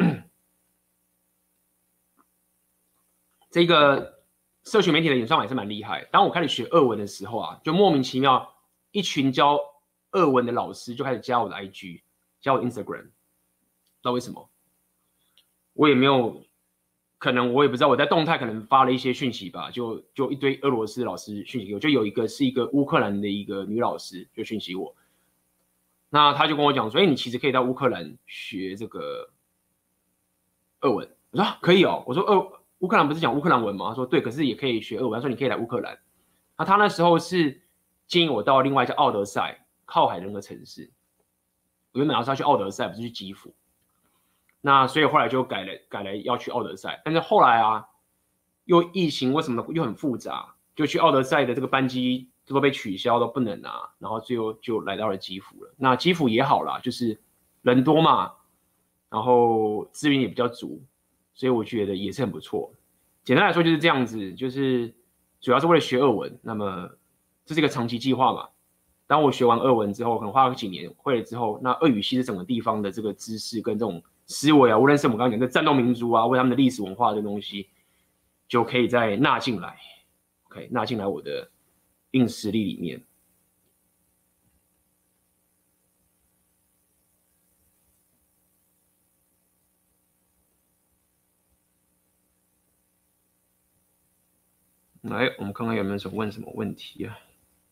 这个社群媒体的演算法也是蛮厉害。当我开始学俄文的时候啊，就莫名其妙一群教俄文的老师就开始加我的 IG， 加我 Instagram， 不知道为什么，我也没有，可能我也不知道，我在动态可能发了一些讯息吧，就一堆俄罗斯老师讯息给我，就有一个是一个乌克兰的一个女老师就讯息我。那他就跟我讲说，你其实可以到乌克兰学这个俄文。我说可以哦。我说乌克兰不是讲乌克兰文吗？他说对，可是也可以学俄文。他说你可以来乌克兰。那他那时候是建议我到另外叫奥德赛靠海的那个城市。我原本要去奥德赛，不是去基辅。那所以后来就改了要去奥德赛。但是后来啊，又疫情为什么又很复杂，就去奥德赛的这个班机都被取消，都不能啊，然后最后就来到了基辅了。那基辅也好啦，就是人多嘛，然后资源也比较足，所以我觉得也是很不错。简单来说就是这样子，就是主要是为了学俄文。那么这是一个长期计划嘛。当我学完俄文之后，可能花了几年，会了之后，那俄语系是整个地方的这个知识跟这种思维啊，无论是我们刚刚讲的战斗民族啊，为他们的历史文化的东西，就可以再纳进来。OK， 纳进来我的硬实力里面。来，我们看看有没有人问什么问题啊？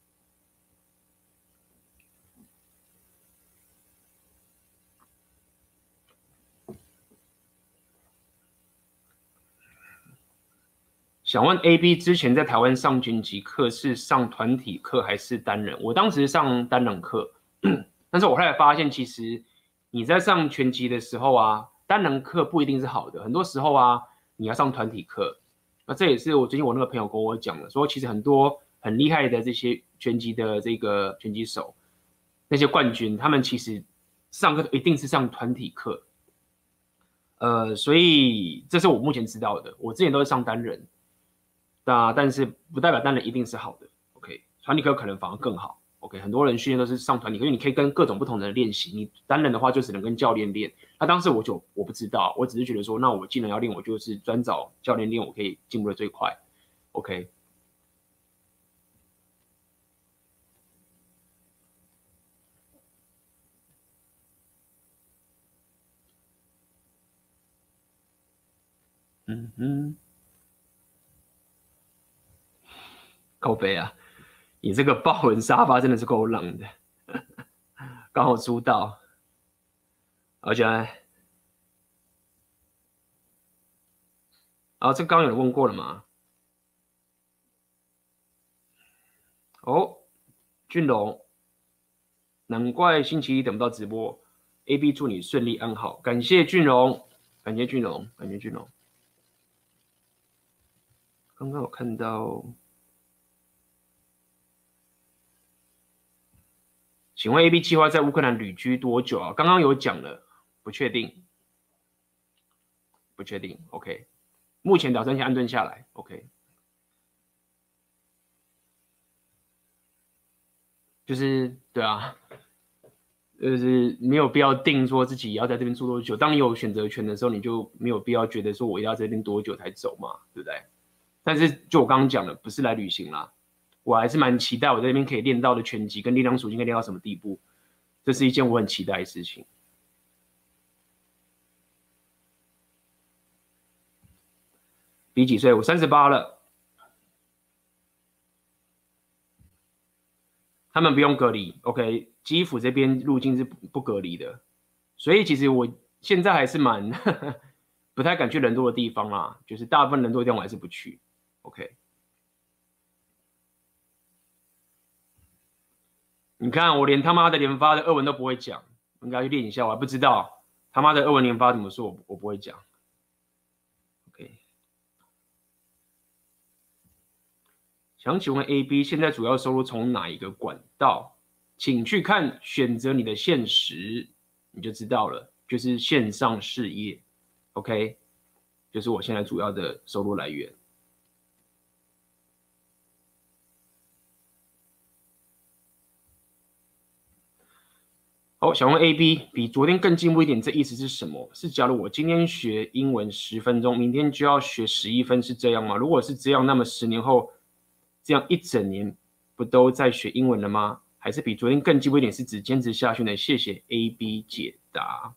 想问 AB 之前在台湾上军级课是上团体课还是单人？我当时上单人课，但是我后来发现，其实你在上拳击的时候啊，单人课不一定是好的，很多时候啊，你要上团体课。那这也是我最近我那个朋友跟我讲的，说其实很多很厉害的这些拳击的这个拳击手，那些冠军，他们其实上课一定是上团体课。所以这是我目前知道的，我之前都是上单人。但是不代表单人一定是好的 ，OK， 团体课可能反而更好 ，OK， 很多人训练都是上团体课，因为你可以跟各种不同的人练习，你单人的话就只能跟教练练。那当时我不知道，我只是觉得说，那我既然要练，我就是专找教练练，我可以进步的最快 ，OK。靠北啊！你这个豹纹沙发真的是够冷的，刚好租到，而且，这刚刚有人问过了吗？俊龙，难怪星期一等不到直播。AB 祝你顺利安好，感谢俊龙，感谢俊龙，感谢俊龙。 刚刚有看到，请问 AB 计划在乌克兰旅居多久啊？刚刚有讲了，不确定，不确定。OK， 目前打算先安顿下来。OK， 就是对啊，就是没有必要定说自己要在这边住多久。当你有选择权的时候，你就没有必要觉得说我要在这边多久才走嘛，对不对？但是就我刚刚讲的，不是来旅行啦，我还是蛮期待我在这边可以练到的拳击跟力量属性可以练到什么地步，这是一件我很期待的事情。比几岁？我38了。他们不用隔离 ，OK？ 基辅这边入境是不隔离的，所以其实我现在还是蛮不太敢去人多的地方啦，就是大部分人多的地方我还是不去 ，OK？ 你看我连他妈的连发的俄文都不会讲，应该去练一下，我还不知道他妈的俄文连发怎么说，我不会讲 ，OK？ 想请问 AB 现在主要收入从哪一个管道？请去看选择你的现实，你就知道了，就是线上事业 ，OK？ 就是我现在主要的收入来源。好，想问 AB 比昨天更进步一点，这意思是什么？是假如我今天学英文10分钟，明天就要学11分，是这样吗？如果是这样，那么10年后这样一整年不都在学英文了吗？还是比昨天更进步一点，是指坚持下去呢？谢谢 AB 解答。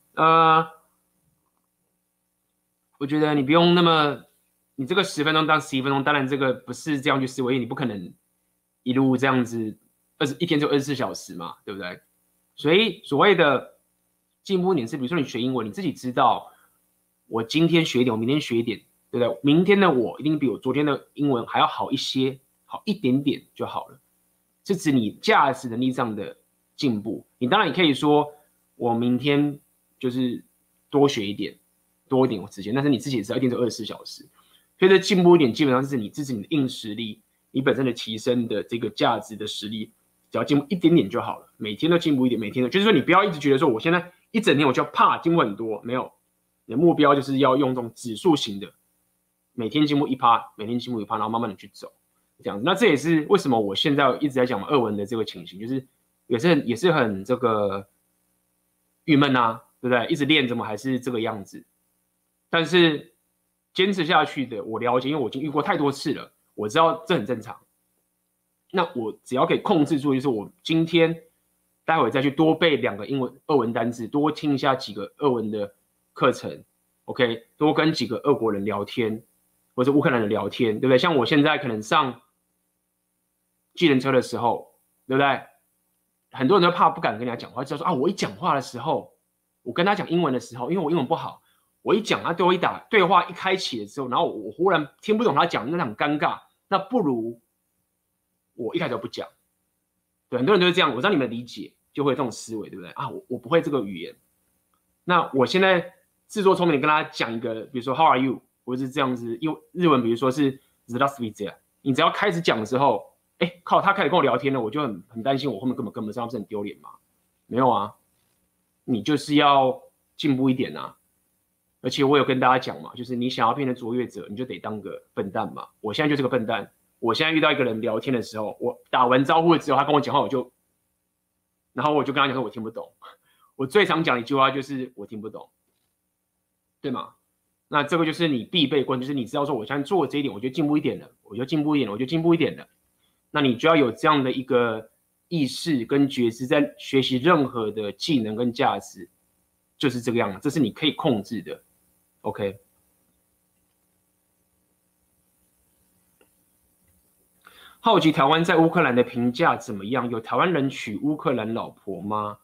我觉得你不用那么，你这个10分钟当11分钟，当然这个不是这样去思维，你不可能一路这样子一天就24小时嘛，对不对？所以所谓的进步点是，比如说你学英文，你自己知道，我今天学一点，我明天学一点，对不对？明天的我一定比我昨天的英文还要好一些，好一点点就好了。是指你价值能力上的进步。你当然也可以说，我明天就是多学一点，多一点时间，但是你自己也知道一天就24小时，所以这进步一点，基本上是你自己的硬实力，你本身的提升的这个价值的实力。只要进步一点点就好了，每天都进步一点，每天都就是说你不要一直觉得说我现在一整天我就要怕进步很多，没有，你的目标就是要用这种指数型的，每天进步1%，每天进步1%，然后慢慢的去走，这样子。那这也是为什么我现在一直在讲俄文的这个情形，就是也是很这个郁闷啊，对不对？一直练怎么还是这个样子？但是坚持下去的，我了解，因为我已经遇过太多次了，我知道这很正常。那我只要可以控制住，就是我今天待会再去多背2个俄文单字，多听一下几个俄文的课程 ，OK， 多跟几个俄国人聊天，或者乌克兰人聊天，对不对？像我现在可能上计程车的时候，对不对？很多人都怕不敢跟人家讲话，就说啊，我一讲话的时候，我跟他讲英文的时候，因为我英文不好，我一讲他对我一打对话一开启的时候，然后我忽然听不懂他讲，那很尴尬，那不如我一开始不讲，对，很多人都是这样，我知道你们理解，就会有这种思维，对不对？啊，我不会这个语言，那我现在自作聪明的跟他讲一个，比如说 How are you， 或者是这样子，因为日文比如说是 Zdravstvuyte， 你只要开始讲的时候，哎，靠，他开始跟我聊天了，我就很担心，我后面根本跟不上，不是很丢脸吗？没有啊，你就是要进步一点啊。而且我有跟大家讲嘛，就是你想要变成卓越者，你就得当个笨蛋嘛。我现在就是个笨蛋。我现在遇到一个人聊天的时候，我打完招呼之后，他跟我讲话，然后我就跟他讲说我听不懂。我最常讲的一句话就是我听不懂，对吗？那这个就是你必备关，就是你知道说我现在做这一点，我就进步一点了，我就进步一点了，我就进步一点了。那你就要有这样的一个意识跟觉知，在学习任何的技能跟价值，就是这个样子，这是你可以控制的。OK。好奇台湾在乌克兰的评价怎么样？有台湾人娶乌克兰老婆吗？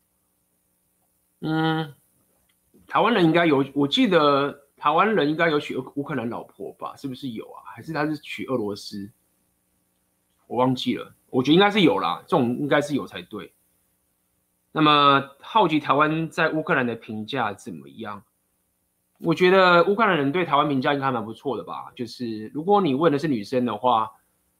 台湾人应该有，我记得台湾人应该有娶乌克兰老婆吧？是不是有啊？还是他是娶俄罗斯？我忘记了，我觉得应该是有啦，这种应该是有才对。那么好奇台湾在乌克兰的评价怎么样？ 我觉得乌克兰人对台湾评价应该还蛮不错的吧。就是如果你问的是女生的话，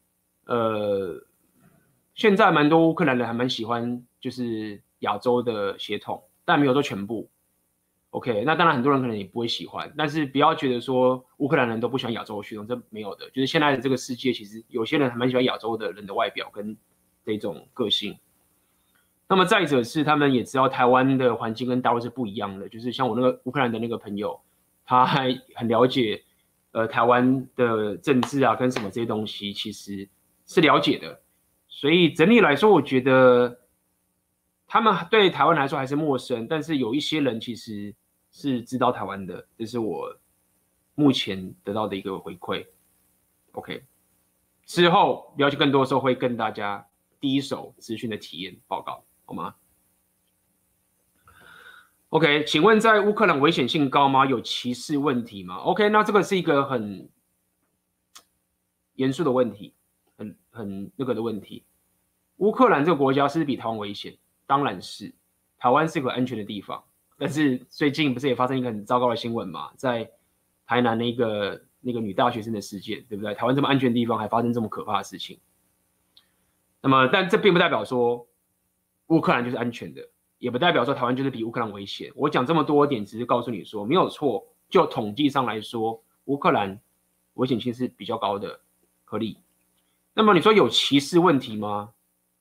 现在蛮多乌克兰人还蛮喜欢就是亚洲的血统，但没有说全部。OK，那当然很多人可能也不会喜欢，但是不要觉得说乌克兰人都不喜欢亚洲的血统，这没有的。就是现在的这个世界，其实有些人还蛮喜欢亚洲的人的外表跟这种个性。那么再者是他们也知道台湾的环境跟大陆是不一样的，就是像我那个乌克兰的那个朋友，他还很了解台湾的政治啊跟什么这些东西，其实是了解的。所以整体来说，我觉得他们对台湾来说还是陌生，但是有一些人其实是知道台湾的，这是我目前得到的一个回馈。OK，之后了解更多的时候会跟大家第一手资讯的体验报告，好吗？OK，请问在乌克兰危险性高吗？有歧视问题吗？OK，那这个是一个很严肃的问题，很那个的问题。乌克兰这个国家是比台湾危险，当然是，台湾是个安全的地方。但是最近不是也发生一个很糟糕的新闻嘛，在台南那个女大学生的事件，对不对？台湾这么安全的地方还发生这么可怕的事情。那么，但这并不代表说乌克兰就是安全的，也不代表说台湾就是比乌克兰危险。我讲这么多点，只是告诉你说没有错。就统计上来说，乌克兰危险性是比较高的，合理。那么你说有歧视问题吗？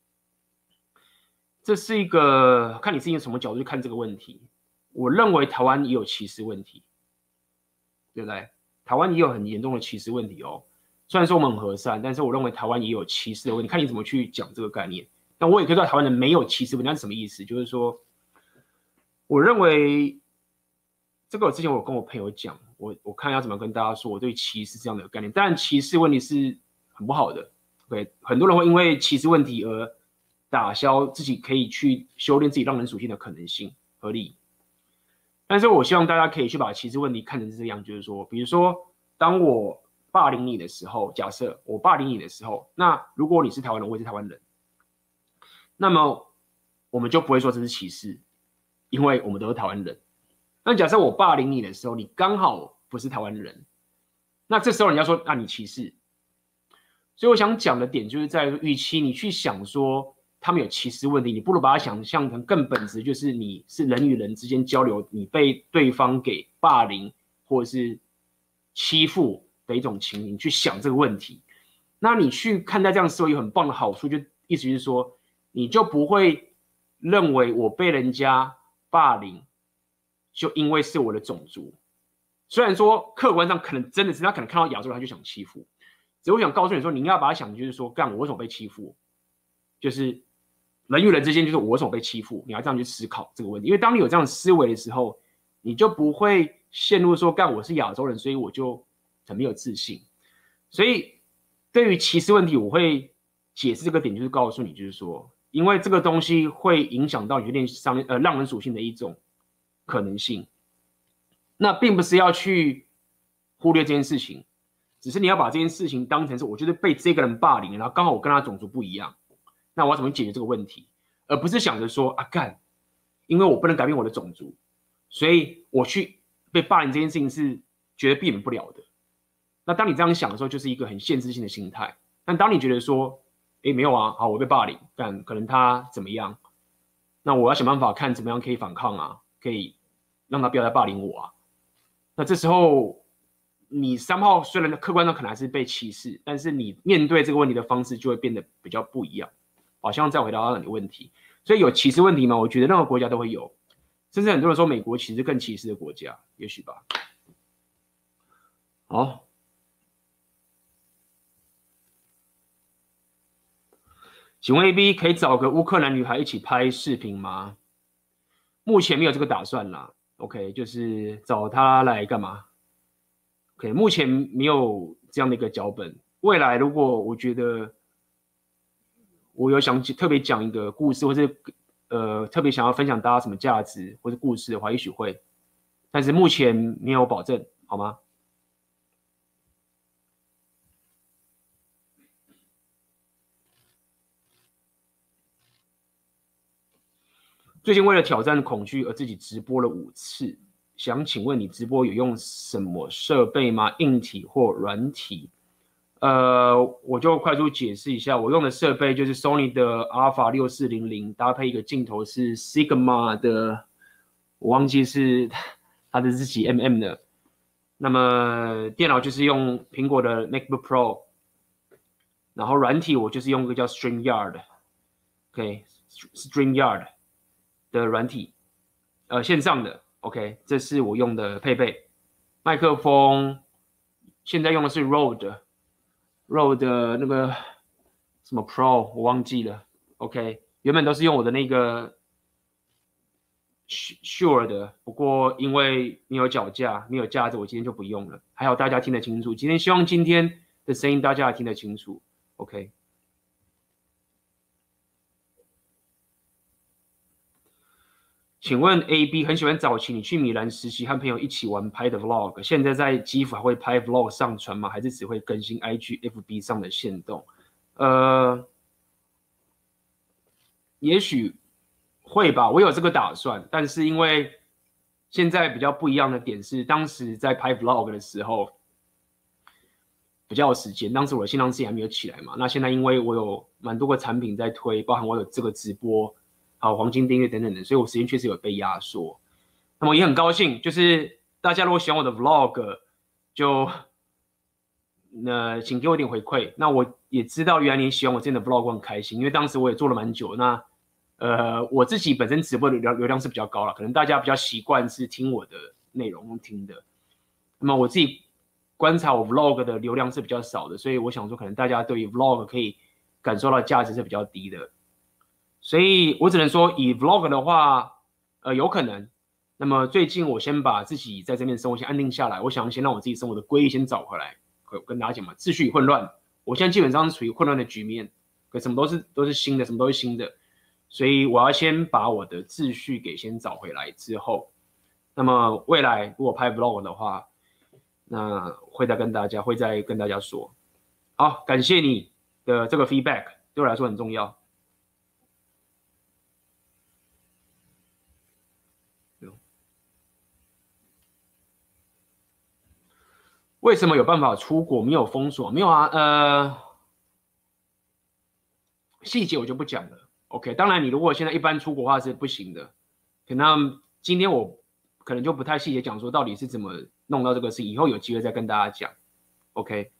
这是一个看你是用什么角度去看这个问题。我认为台湾也有歧视问题，对不对？台湾也有很严重的歧视问题哦。虽然说我们很和善，但是我认为台湾也有歧视的问题。看你怎么去讲这个概念。那我也可以说台湾人没有歧视问题，那是什么意思？就是说，我认为这个之前我跟我朋友讲，我看要怎么跟大家说我对歧视这样的概念。当然，歧视问题是很不好的。对，很多人会因为歧视问题而打消自己可以去修炼自己让人属性的可能性，合理。但是我希望大家可以去把歧视问题看成是这样，就是说，比如说，当我霸凌你的时候，假设我霸凌你的时候，那如果你是台湾人，我也是台湾人，那么我们就不会说这是歧视，因为我们都是台湾人。那假设我霸凌你的时候，你刚好不是台湾人，那这时候人家说，那你歧视。所以我想讲的点就是在于，与其你去想说他们有歧视问题，你不如把它想象成更本质，就是你是人与人之间交流，你被对方给霸凌或者是欺负的一种情形，去想这个问题。那你去看待这样思维有很棒的好处，就意思是说，你就不会认为我被人家霸凌，就因为是我的种族。虽然说客观上可能真的是他可能看到亚洲人他就想欺负。只我想告诉你说，你应该把它想，就是说，干我为什么被欺负？就是人与人之间，就是我为什么被欺负？你要这样去思考这个问题。因为当你有这样的思维的时候，你就不会陷入说，干我是亚洲人，所以我就很没有自信。所以对于歧视问题，我会解释这个点，就是告诉你，就是说，因为这个东西会影响到你练上让人属性的一种可能性。那并不是要去忽略这件事情。只是你要把这件事情当成是，我就是被这个人霸凌，然后刚好我跟他种族不一样，那我要怎么解决这个问题？而不是想着说啊干，因为我不能改变我的种族，所以我去被霸凌这件事情是绝对避免不了的。那当你这样想的时候，就是一个很限制性的心态。但当你觉得说，哎没有啊，好我被霸凌，但可能他怎么样，那我要想办法看怎么样可以反抗啊，可以让他不要再霸凌我啊。那这时候。你3号虽然客观上可能还是被歧视，但是你面对这个问题的方式就会变得比较不一样。好，希望再回答到你的问题。所以有歧视问题吗？我觉得任何国家都会有，甚至很多人说美国其实更歧视的国家，也许吧。好，请问 AB 可以找个乌克兰女孩一起拍视频吗？目前没有这个打算啦。OK，就是找她来干嘛？OK， 目前没有这样的一个脚本。未来如果我觉得我有想特别讲一个故事，或是特别想要分享大家什么价值或者故事的话，也许会，但是目前没有保证，好吗？最近为了挑战恐惧而自己直播了5次， 想请问你直播有用什么设备吗？硬体或软体？我就快速解释一下，我用的设备就是 Sony 的 Alpha 6400，搭配一个镜头是 Sigma 的，我忘记是它的是几 mm 的。那么电脑就是用苹果的 MacBook Pro， 然后软体我就是用一个叫 StreamYard，OK，StreamYard 的软体，线上的 OK， 这是我用的配备。麦克风现在用的是 Rode 那个什么 Pro 我忘记了 ，OK， 原本都是用我的那个 Shure 的，不过因为没有脚架，没有架子，我今天就不用了。还好大家听得清楚，希望今天的声音大家也听得清楚 ，OK。请问 AB 很喜欢早期你去米兰实习和朋友一起玩拍的 vlog， 现在在基辅还会拍 vlog 上传吗？还是只会更新 IG、FB 上的限动？也许会吧，我有这个打算，但是因为现在比较不一样的点是，当时在拍 vlog 的时候比较有时间，当时我的新浪视频还没有起来嘛。那现在因为我有蛮多个产品在推，包含我有这个直播，还有黄金订阅等等的，所以我时间确实有被压缩。那么也很高兴，就是大家如果喜欢我的 vlog， 就请给我一点回馈。那我也知道原来你喜欢我这样的 vlog， 我很开心，因为当时我也做了蛮久。那我自己本身直播的流量是比较高了，可能大家比较习惯是听我的内容听的。那么我自己观察我 vlog 的流量是比较少的，所以我想说，可能大家对于 vlog 可以感受到价值是比较低的。所以我只能说，以 vlog 的话，有可能。那么最近我先把自己在这边生活先安定下来，我想先让我自己生活的规律先找回来。跟大家讲嘛，秩序混乱，我现在基本上是处于混乱的局面，可什么都是新的，什么都是新的。所以我要先把我的秩序给先找回来之后，那么未来如果拍 vlog 的话，那会再跟大家说。好，感谢你的这个 feedback， 对我来说很重要。为什么有办法出国没有封锁？没有啊，细节我就不讲了。OK， 当然你如果现在一般出国的话是不行的。可能今天我可能就不太细节讲说到底是怎么弄到这个事，以后有机会再跟大家讲。OK。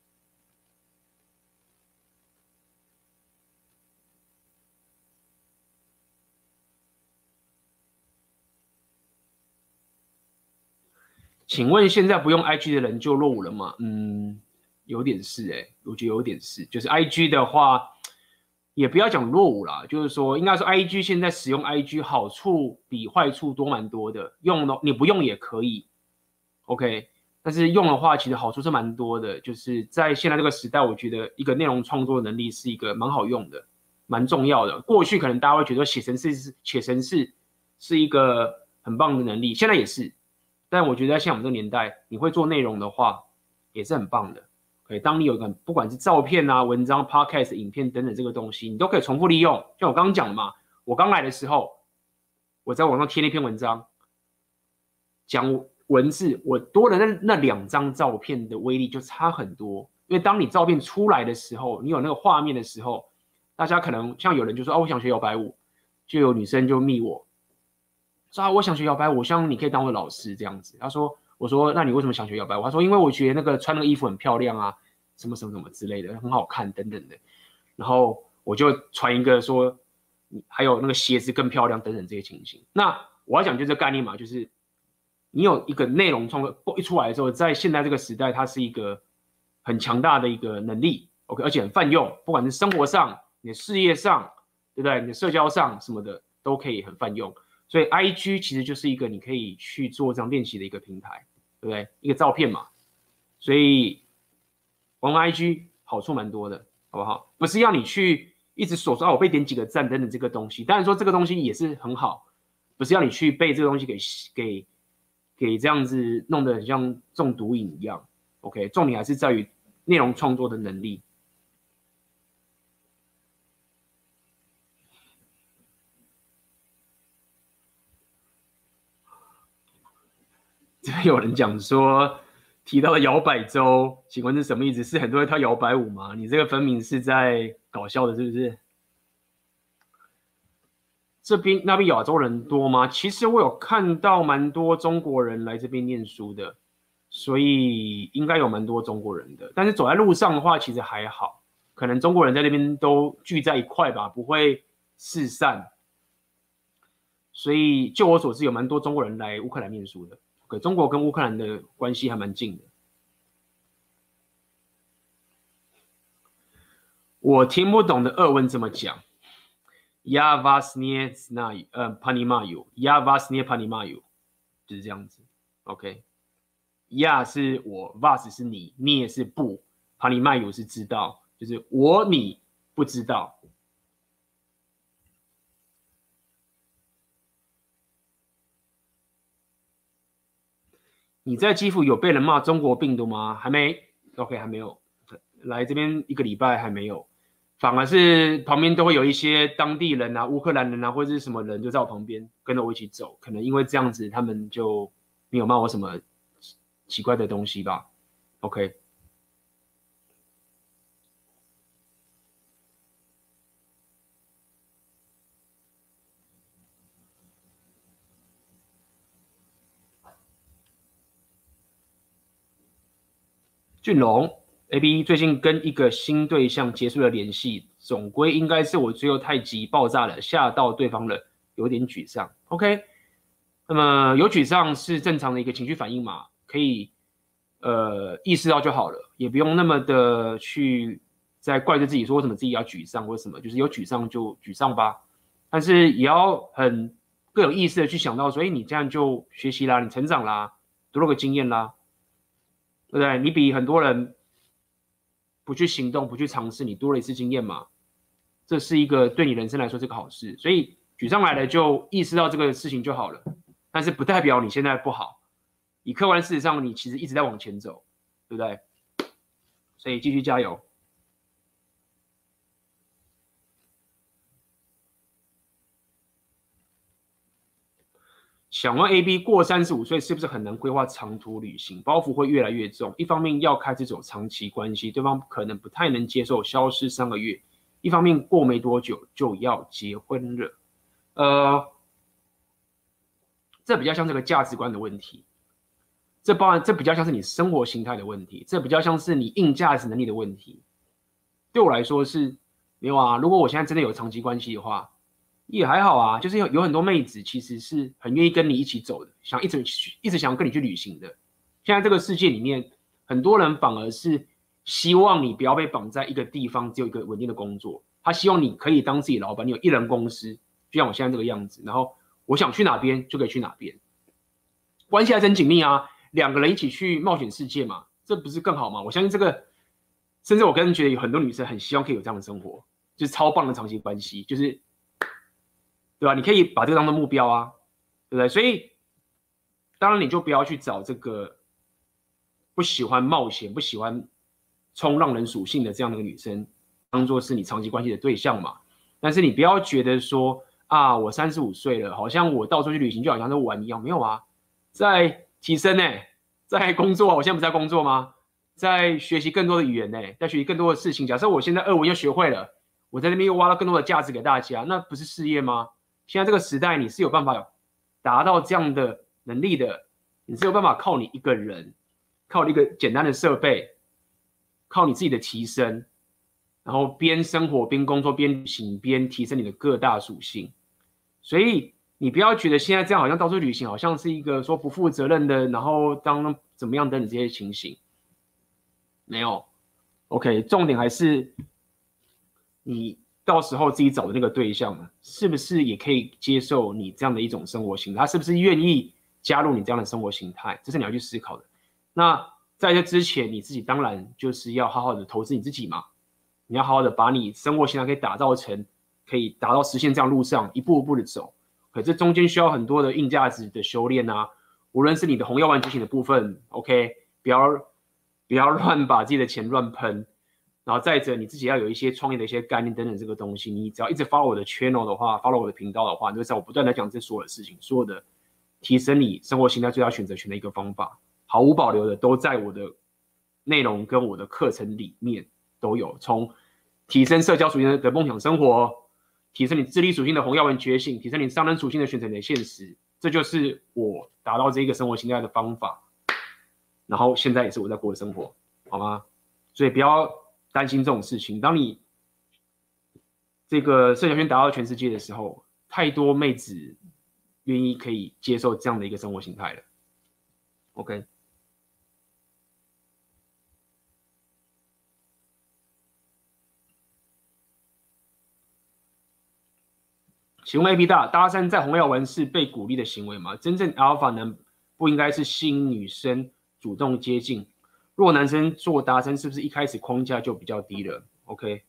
请问现在不用 IG 的人就落伍了吗？有点是我觉得有点是，就是 IG 的话，也不要讲落伍啦，就是说应该说 IG 现在使用 IG 好处比坏处多蛮多的，用的你不用也可以 ，OK， 但是用的话其实好处是蛮多的，就是在现在这个时代，我觉得一个内容创作能力是一个蛮好用的，蛮重要的。过去可能大家会觉得写程式是一个很棒的能力，现在也是。但我觉得像我们这个年代，你会做内容的话，也是很棒的。当你有个不管是照片啊、文章、podcast、影片等等这个东西，你都可以重复利用。像我刚刚讲的嘛，我刚来的时候，我在网上贴那篇文章，讲文字，我多了那2张照片的威力就差很多。因为当你照片出来的时候，你有那个画面的时候，大家可能像有人就说我想学摇摆舞，就有女生就密我。说我想学摇摆舞，我希望你可以当我的老师这样子。我说那你为什么想学摇摆舞？他说因为我觉得那个穿那个衣服很漂亮啊，什么什么什么之类的，很好看等等的。然后我就传一个说，还有那个鞋子更漂亮等等这些情形。那我要讲就这概念嘛，就是你有一个内容创作一出来的时候，在现在这个时代，它是一个很强大的一个能力 ，OK， 而且很泛用，不管是生活上、你的事业上，对不对？你的社交上什么的都可以很泛用。所以 IG 其实就是一个你可以去做这样练习的一个平台，对不对？一个照片嘛，所以玩 IG 好处蛮多的，好不好？不是要你去一直说我被点几个赞等等这个东西，当然说这个东西也是很好，不是要你去被这个东西给这样子弄得很像中毒瘾一样。OK， 重点还是在于内容创作的能力。 有人讲说提到的摇摆州，请问是什么意思？是很多人跳摇摆舞吗？你这个分明是在搞笑的，是不是？这边那边亚洲人多吗？其实我有看到蛮多中国人来这边念书的，所以应该有蛮多中国人的。但是走在路上的话，其实还好，可能中国人在那边都聚在一块吧，不会四散。所以就我所知，有蛮多中国人来乌克兰念书的。中国跟乌克兰的关系还蛮近的。我听不懂的俄文怎么讲 ？Я вас не знаю, понимаю. Я вас не понимаю， 就是这样子。OK，Я 是我 ，вас 是你，你也是不 ，понимаю 是知道，就是我你不知道。你在基辅有被人骂中国病毒吗？还没 ，OK， 还没有。来这边1个礼拜还没有。反而是旁边都会有一些当地人啊、乌克兰人啊，或者是什么人就在我旁边跟着我一起走，可能因为这样子，他们就没有骂我什么奇怪的东西吧。OK， 俊龙 AB 最近跟一个新对象结束了联系，总归应该是我最后太急爆炸了，吓到对方了，有点沮丧。OK。那么有沮丧是正常的一个情绪反应嘛，可以意识到就好了，也不用那么的去再怪罪自己说为什么自己要沮丧或什么，就是有沮丧就沮丧吧，但是也要很更有意识的去想到说，你这样就学习啦，你成长啦，多了个经验啦，对不对？你比很多人不去行动、不去尝试，你多了一次经验嘛，这是一个对你人生来说是个好事，所以沮丧来了就意识到这个事情就好了。但是不代表你现在不好，以客观事实上，你其实一直在往前走，对不对？所以继续加油。想问 AB 过35岁是不是很难规划长途旅行？包袱会越来越重。一方面要开始走长期关系，对方可能不太能接受消失3个月；一方面过没多久就要结婚了。这比较像这个价值观的问题，这比较像是你生活形态的问题，这比较像是你硬价值能力的问题。对我来说是没有啊。如果我现在真的有长期关系的话，也还好啊。就是有很多妹子其实是很愿意跟你一起走的，想一直想跟你去旅行的。现在这个世界里面，很多人反而是希望你不要被绑在一个地方，只有一个稳定的工作。他希望你可以当自己老板，你有一人公司，就像我现在这个样子。然后我想去哪边就可以去哪边，关系还真紧密啊。2个人一起去冒险世界嘛，这不是更好吗？我相信这个，甚至我个人觉得有很多女生很希望可以有这样的生活，就是超棒的长期关系，就是对吧？你可以把这个当做目标啊，对不对？所以当然你就不要去找这个不喜欢冒险、不喜欢冲浪人属性的这样的一个女生，当做是你长期关系的对象嘛。但是你不要觉得说啊，我35岁了，好像我到处去旅行就好像在玩一样，没有啊，在提升呢，在工作，我现在不是在工作吗？在学习更多的语言呢，在学习更多的事情。假设我现在俄文又学会了，我在那边又挖到更多的价值给大家，那不是事业吗？现在这个时代，你是有办法达到这样的能力的，你是有办法靠你一个人，靠一个简单的设备，靠你自己的提升，然后边生活边工作边旅行边提升你的各大属性。所以你不要觉得现在这样好像到处旅行，好像是一个说不负责任的，然后当怎么样等等这些情形，没有。OK， 重点还是你到时候自己找的那个对象，是不是也可以接受你这样的一种生活形态？他是不是愿意加入你这样的生活形态？这是你要去思考的。那在这之前，你自己当然就是要好好的投资你自己嘛。你要好好的把你生活形态可以打造成，可以达到实现这样路上一步一步的走。可这中间需要很多的硬价值的修炼啊，无论是你的红药丸觉醒的部分 ，OK， 不要乱把自己的钱乱喷。然后再者，你自己要有一些创业的一些概念等等这个东西，你只要一直 follow 我的 channel 的话 ，follow 我的频道的话，你就知道我不断的讲这所有的事情，所有的提升你生活形态最大选择权的一个方法，毫无保留的都在我的内容跟我的课程里面都有，从提升社交属性的梦想生活，提升你智力属性的红药丸觉醒，提升你商人属性的选择你的现实，这就是我达到这个生活形态的方法。然后现在也是我在过的生活，好吗？所以不要担心这种事情。当你这个社交圈达到全世界的时候，太多妹子愿意可以接受这样的一个生活形态了。OK。请问 AP 大，搭讪在红药丸是被鼓励的行为吗？真正 Alpha 呢，不应该是吸引女生主动接近。若男生做搭讪，是不是一开始框架就比较低了 ？OK，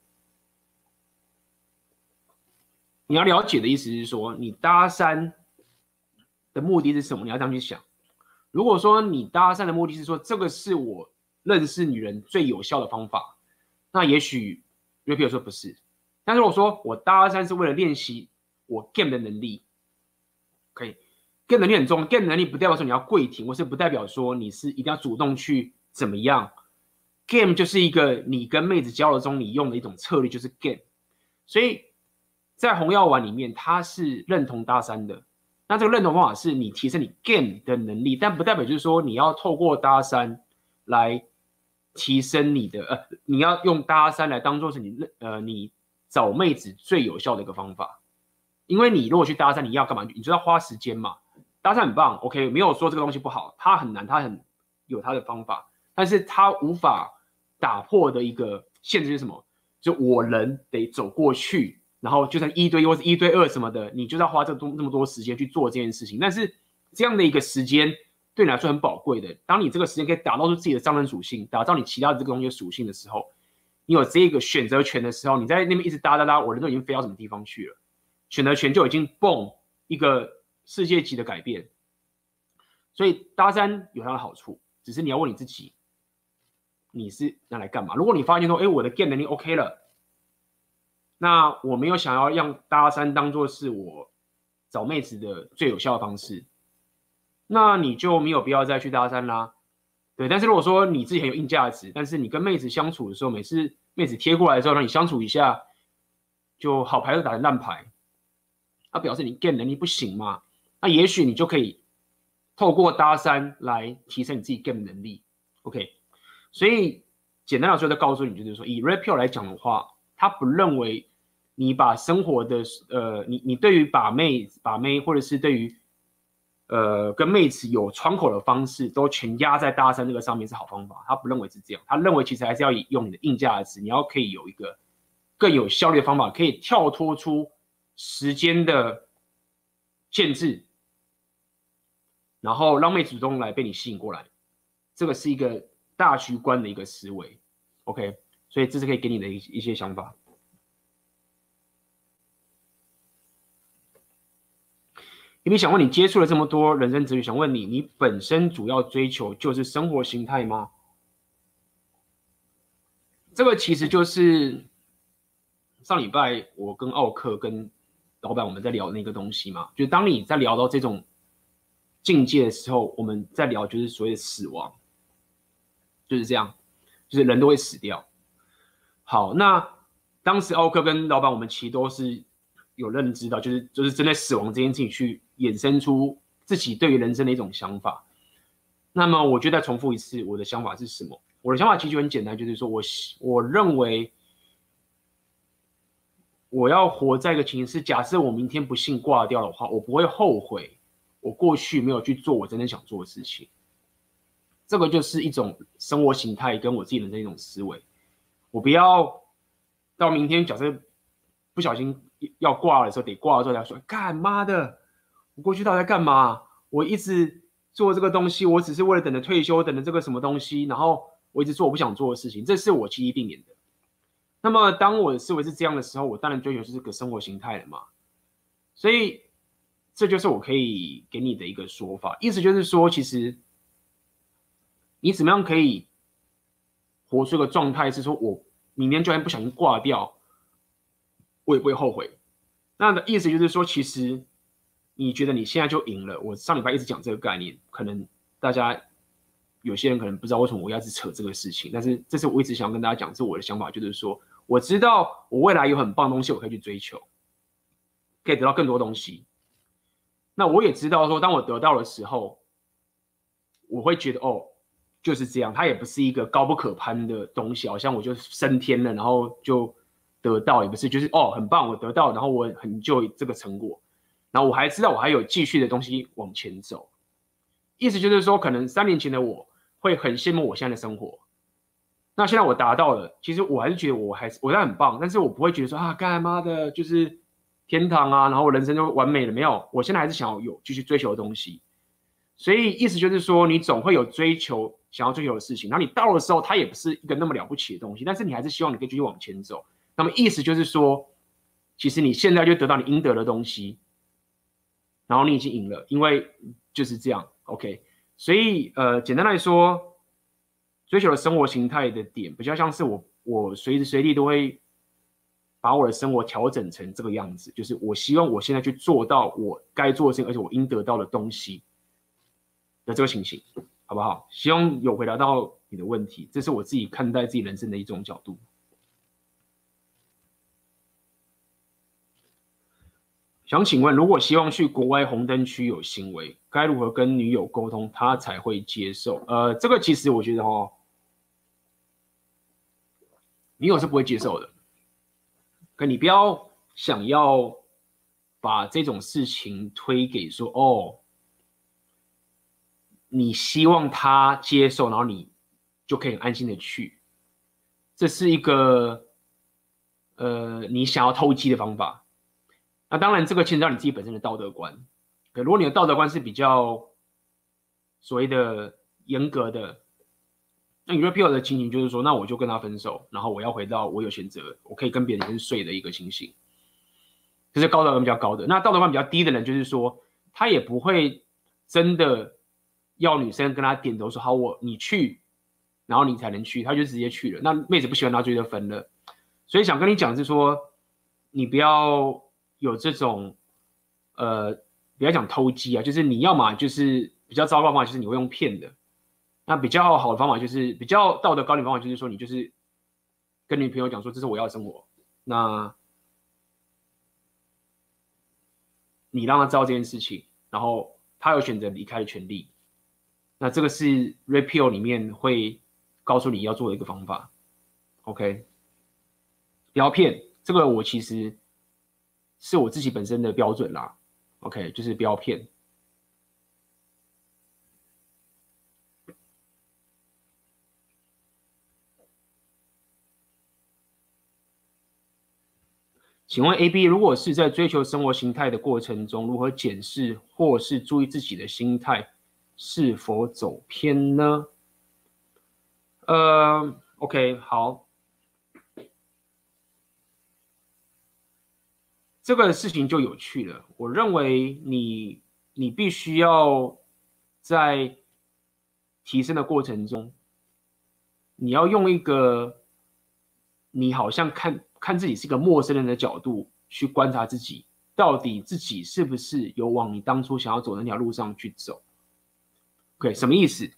你要了解的意思是说，你搭讪的目的是什么？你要这样去想。如果说你搭讪的目的是说，这个是我认识女人最有效的方法，那也许 Rapio 说不是。但是如果说我搭讪是为了练习我 game 的能力，可以 game 能力很重要。game 能力不代表说你要跪挺，或是不代表说你是一定要主动去怎么样。game 就是一个你跟妹子交流中你用的一种策略，就是 game。所以在红药丸里面，它是认同搭讪的。那这个认同方法是你提升你 game 的能力，但不代表就是说你要透过搭讪来提升你的你要用搭讪来当做是你找妹子最有效的一个方法。因为你如果去搭讪，你要干嘛？你就要花时间嘛。搭讪很棒 ，OK， 没有说这个东西不好，它很难，它很有它的方法，但是它无法打破的一个限制是什么？就我人得走过去，然后就算1对1或是1对2什么的，你就要花这么多时间去做这件事情。但是这样的一个时间对你来说很宝贵的。当你这个时间可以打造出自己的商人属性，打造你其他的这个东西的属性的时候，你有这个选择权的时候，你在那边一直搭，我人都已经飞到什么地方去了。选择权就已经蹦一个世界级的改变，所以搭讪有它的好处，只是你要问你自己，你是拿来干嘛？如果你发现说，我的 game 能力 OK 了，那我没有想要让搭讪当做是我找妹子的最有效的方式，那你就没有必要再去搭讪啦。对，但是如果说你自己很有硬价值，但是你跟妹子相处的时候，每次妹子贴过来的时候，让你相处一下，就好牌都打成烂牌。它表示你 game 能力不行嘛？那也许你就可以透过搭讪来提升你自己 game 能力。OK， 所以简单来说，再告诉你，就是说，以 Rapio 来讲的话，他不认为你把生活的你对于把妹或者是对于跟妹子有窗口的方式，都全压在搭讪这个上面是好方法。他不认为是这样，他认为其实还是要用你的硬价值，你要可以有一个更有效率的方法，可以跳脱出时间的限制，然后让妹子主动来被你吸引过来，这个是一个大局观的一个思维 ，OK， 所以这是可以给你的一些想法。因为想问你，接触了这么多人生哲学，想问你，你本身主要追求就是生活形态吗？这个其实就是上礼拜我跟奥克跟老板我们在聊那个东西嘛，就是当你在聊到这种境界的时候，我们在聊就是所谓的死亡，就是这样，就是人都会死掉。好，那当时奥克跟老板我们其实都是有认知到，就是针对死亡这件事情去衍生出自己对于人生的一种想法。那么我就再重复一次，我的想法是什么？我的想法其实很简单，就是说我认为我要活在一个情形是，假设我明天不幸挂掉的话，我不会后悔我过去没有去做我真正想做的事情。这个就是一种生活形态跟我自己人生一种思维。我不要到明天假设不小心要挂的时候，得挂的时候才说，干妈的，我过去到底在干嘛？我一直做这个东西，我只是为了等着退休，等着这个什么东西，然后我一直做我不想做的事情，这是我记忆避免的。那么当我的思维是这样的时候，我当然追求是这个生活形态了嘛。所以这就是我可以给你的一个说法，意思就是说，其实你怎么样可以活出一个状态，是说我明天就算不小心挂掉，我也不会后悔。那的意思就是说，其实你觉得你现在就赢了。我上礼拜一直讲这个概念，可能大家有些人可能不知道为什么我要一直扯这个事情，但是这是我一直想要跟大家讲，是我的想法，就是说我知道我未来有很棒的东西我可以去追求，可以得到更多东西。那我也知道说，当我得到的时候，我会觉得哦，就是这样，它也不是一个高不可攀的东西，好像我就升天了，然后就得到，也不是，就是哦很棒，我得到，然后我很就这个成果，然后我还知道我还有继续的东西往前走。意思就是说，可能3年前的我会很羡慕我现在的生活，那现在我达到了，其实我还是觉得我在很棒，但是我不会觉得说啊，干妈的就是天堂啊，然后我人生就完美了，没有，我现在还是想要有继续追求的东西。所以意思就是说，你总会有想要追求的事情，然后你到的时候，它也不是一个那么了不起的东西，但是你还是希望你可以继续往前走。那么意思就是说，其实你现在就得到你应得的东西，然后你已经赢了，因为就是这样。OK， 所以简单来说，追求的生活形态的点比较像是我随时随地都会把我的生活调整成这个样子，就是我希望我现在去做到我该做的事情，而且我应得到的东西的这个情形，好不好？希望有回答到你的问题，这是我自己看待自己人生的一种角度。想请问，如果希望去国外红灯区有行为，该如何跟女友沟通，她才会接受？这个其实我觉得女友是不会接受的。可你不要想要把这种事情推给说哦，你希望她接受，然后你就可以很安心的去，这是一个你想要偷鸡的方法。那当然，这个牵扯到你自己本身的道德观。如果你的道德观是比较所谓的严格的，那你 repeal 的情形就是说，那我就跟他分手，然后我要回到我有选择，我可以跟别人睡的一个情形。这是道德观比较高的。那道德观比较低的人，就是说他也不会真的要女生跟他点头说好，你去，然后你才能去，他就直接去了。那妹子不喜欢他，就就分了。所以想跟你讲是说，你不要有这种不要讲偷鸡啊，就是你要嘛就是比较糟糕的方法，就是你会用骗的。那比较好的方法就是比较道德高的方法，就是说你就是跟女朋友讲说这是我要的生活，那你让他知道这件事情，然后他有选择离开的权利。那这个是 repeal 里面会告诉你要做的一个方法。OK， 不要骗，这个我其实是我自己本身的标准啦。OK， 就是不要骗。请问 AB， 如果是在追求生活形态的过程中，如何检视或是注意自己的心态是否走偏呢？OK， 好，这个事情就有趣了。我认为你必须要在提升的过程中，你要用一个你好像看自己是一个陌生人的角度去观察自己，到底自己是不是有往你当初想要走的那条路上去走。OK， 什么意思？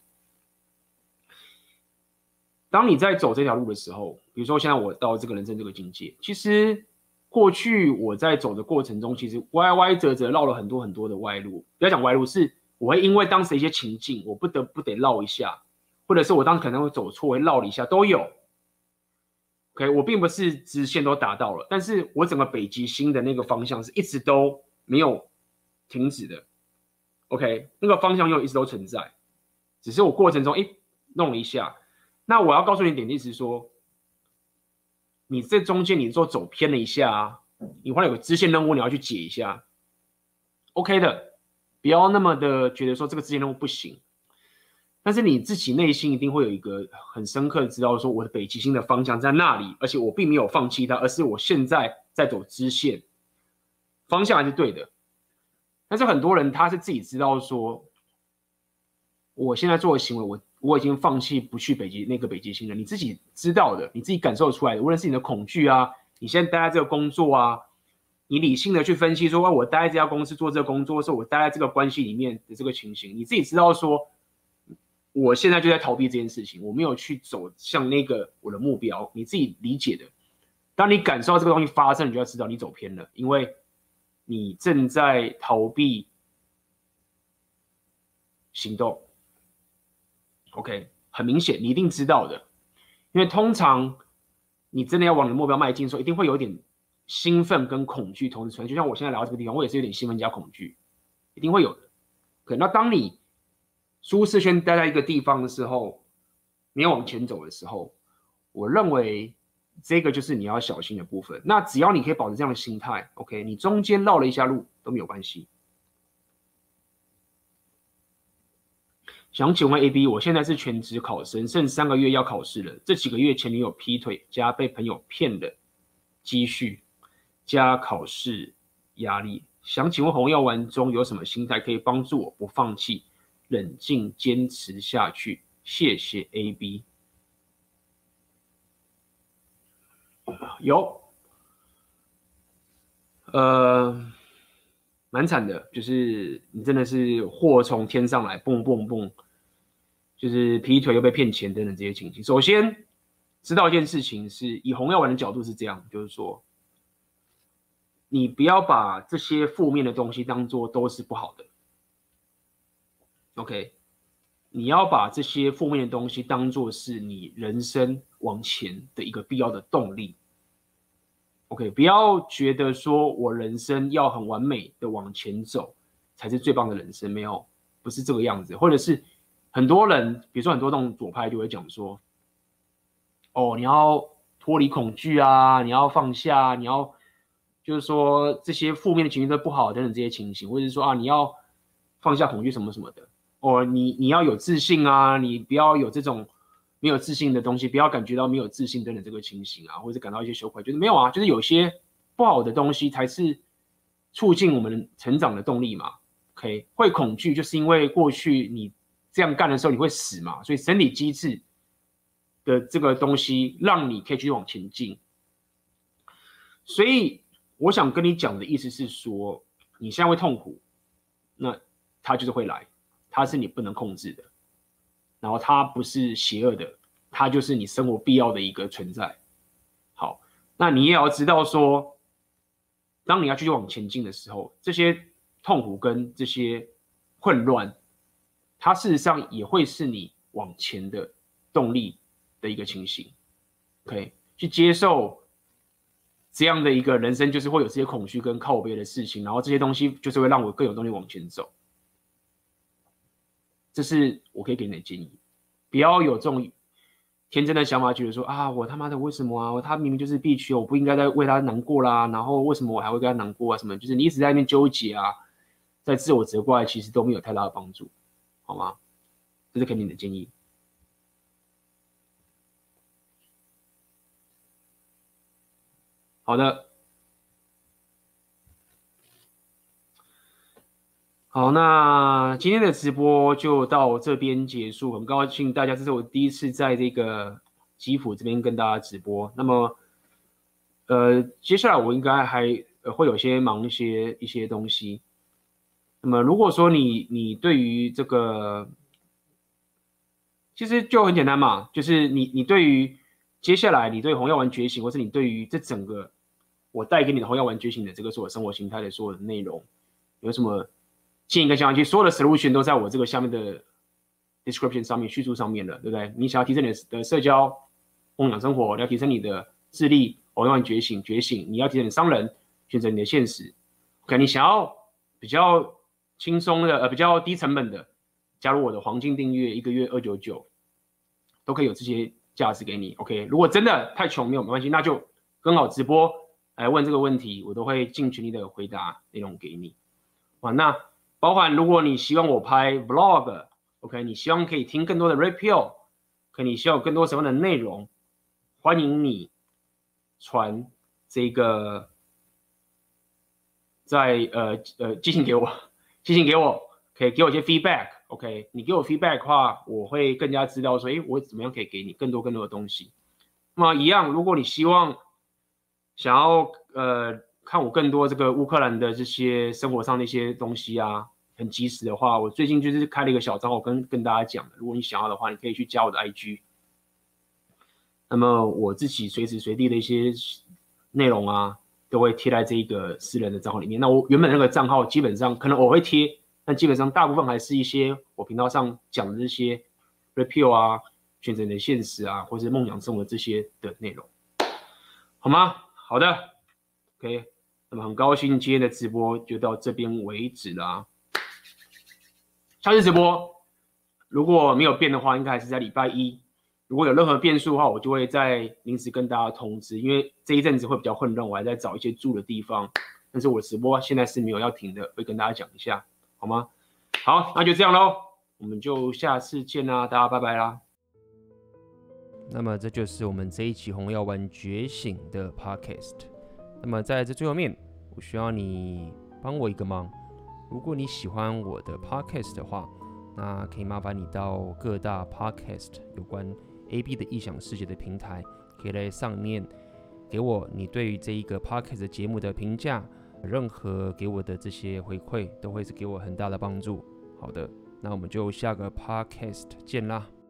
当你在走这条路的时候，比如说现在我到这个人生这个境界，其实过去我在走的过程中，其实歪歪折折绕了很多很多的歪路。不要讲歪路，是我会因为当时的一些情境，我不得不得绕一下，或者是我当时可能会走错，会绕了一下，都有。OK， 我并不是直线都达到了，但是我整个北极星的那个方向是一直都没有停止的。OK， 那个方向又一直都存在，只是我过程中弄了一下。那我要告诉你点，意思是说，你这中间你走偏了一下啊，你忽然有个支线任务你要去解一下 ，OK 的，不要那么的觉得说这个支线任务不行。但是你自己内心一定会有一个很深刻的知道说我的北极星的方向在那里，而且我并没有放弃它，而是我现在在走支线，方向还是对的。但是很多人他是自己知道说，我现在做的行为我已经放弃不去那个北极星了，你自己知道的，你自己感受出来的，无论是你的恐惧啊，你现在待在这个工作啊， 你理性的去分析说，我待在这家公司做这个工作的时候，我待在这个关系里面的这个情形，你自己知道说，我现在就在逃避这件事情，我没有去走向那个我的目标，你自己理解的。当你感受到这个东西发生，你就要知道你走偏了，因为你正在逃避行动。OK， 很明显，你一定知道的，因为通常你真的要往你的目标迈进的时候，一定会有点兴奋跟恐惧同时存在。就像我现在来到这个地方，我也是有点兴奋加恐惧，一定会有的。可那当你舒适圈待在一个地方的时候，你要往前走的时候，我认为这个就是你要小心的部分。那只要你可以保持这样的心态 ，OK， 你中间绕了一下路都没有关系。想请问 AB， 我现在是全职考生，剩3个月要考试了。这几个月前女友劈腿，加被朋友骗的积蓄，加考试压力。想请问红药丸中有什么心态可以帮助我不放弃，冷静坚持下去？谢谢 AB。有，蛮惨的，就是你真的是祸从天上来，蹦蹦蹦，就是劈腿又被骗钱等等这些情形。首先知道一件事情是，以红药丸的角度是这样，就是说，你不要把这些负面的东西当做都是不好的 ，OK？ 你要把这些负面的东西当做是你人生往前的一个必要的动力。OK， 不要觉得说我人生要很完美的往前走才是最棒的人生，没有，不是这个样子。或者是很多人，比如说很多那种左派就会讲说，哦，你要脱离恐惧啊，你要放下，你要就是说这些负面的情绪都不好等等这些情形，或者是说啊，你要放下恐惧什么什么的。哦，你要有自信啊，你不要有这种没有自信的东西，不要感觉到没有自信等等这个情形啊，或者感到一些羞愧，就是没有啊，就是有些不好的东西才是促进我们成长的动力嘛。OK， 会恐惧就是因为过去你这样干的时候你会死嘛，所以生理机制的这个东西让你可以去往前进。所以我想跟你讲的意思是说，你现在会痛苦，那它就是会来。它是你不能控制的，然后它不是邪恶的，它就是你生活必要的一个存在。好，那你也要知道说，当你要继续往前进的时候，这些痛苦跟这些混乱，它事实上也会是你往前的动力的一个情形。OK， 去接受这样的一个人生，就是会有这些恐惧跟靠背的事情，然后这些东西就是会让我更有动力往前走。这是我可以给你的建议，不要有这种天真的想法，觉得说啊，我他妈的为什么啊？他明明就是必须，我不应该再为他难过啦。然后为什么我还会跟他难过啊？什么？就是你一直在那边纠结啊，在自我责怪，其实都没有太大的帮助，好吗？这是给你的建议。好的。好，那今天的直播就到这边结束。很高兴大家，这是我第一次在这个基辅这边跟大家直播。那么，接下来我应该还会有些忙一些东西。那么，如果说你对于这个，其实就很简单嘛，就是你对于接下来你对红药丸觉醒，或是你对于这整个我带给你的红药丸觉醒的这个所有生活形态的所有的内容，有什么建议跟想法？其实所有的 solution 都在我这个下面的 description 上面叙述上面了，对不对？你想要提升你的社交、梦想生活，你要提升你的智力，红药丸觉醒，你要提升你的商人，选择你的现实。OK， 你想要比较轻松的比较低成本的，加入我的黄金订阅，1个月299，都可以有这些价值给你。OK， 如果真的太穷没关系，那就跟好直播来问这个问题，我都会尽全力的回答内容给你。那包含如果你希望我拍 vlog，OK， 你希望可以听更多的 radio， 可你希望有更多什么样的内容，欢迎你传这个在寄信给我，可以给我一些 feedback，OK， 你给我 feedback 的话，我会更加知道说，我怎么样可以给你更多的东西。那么一样，如果你希望想要看我更多这个乌克兰的这些生活上的一些东西啊，很及时的话，我最近就是开了一个小账号跟大家讲的，如果你想要的话，你可以去加我的 IG。那么我自己随时随地的一些内容啊，都会贴在这一个私人的账号里面。那我原本那个账号基本上可能我会贴，但基本上大部分还是一些我频道上讲的这些 repeal 啊、选择你的现实啊，或是梦想生活这些的内容，好吗？好的 ，OK。那么很高兴今天的直播就到这边为止啦。下次直播如果没有变的话，应该还是在礼拜一。如果有任何变数的话，我就会再临时跟大家通知，因为这一阵子会比较混乱，我还在找一些住的地方。但是我直播现在是没有要停的，会跟大家讲一下，好吗？好，那就这样咯，我们就下次见啦，大家拜拜啦。 那么这就是我们这一期红药丸觉醒的 Podcast。那么在这最后面，我需要你帮我一个忙。如果你喜欢我的 Podcast 的话，那可以麻烦你到各大 Podcast 有关 AB 的异想世界的平台，可以在上面给我你对于这一个 Podcast 节目的评价，任何给我的这些回馈都会是给我很大的帮助。好的，那我们就下个 Podcast 见啦。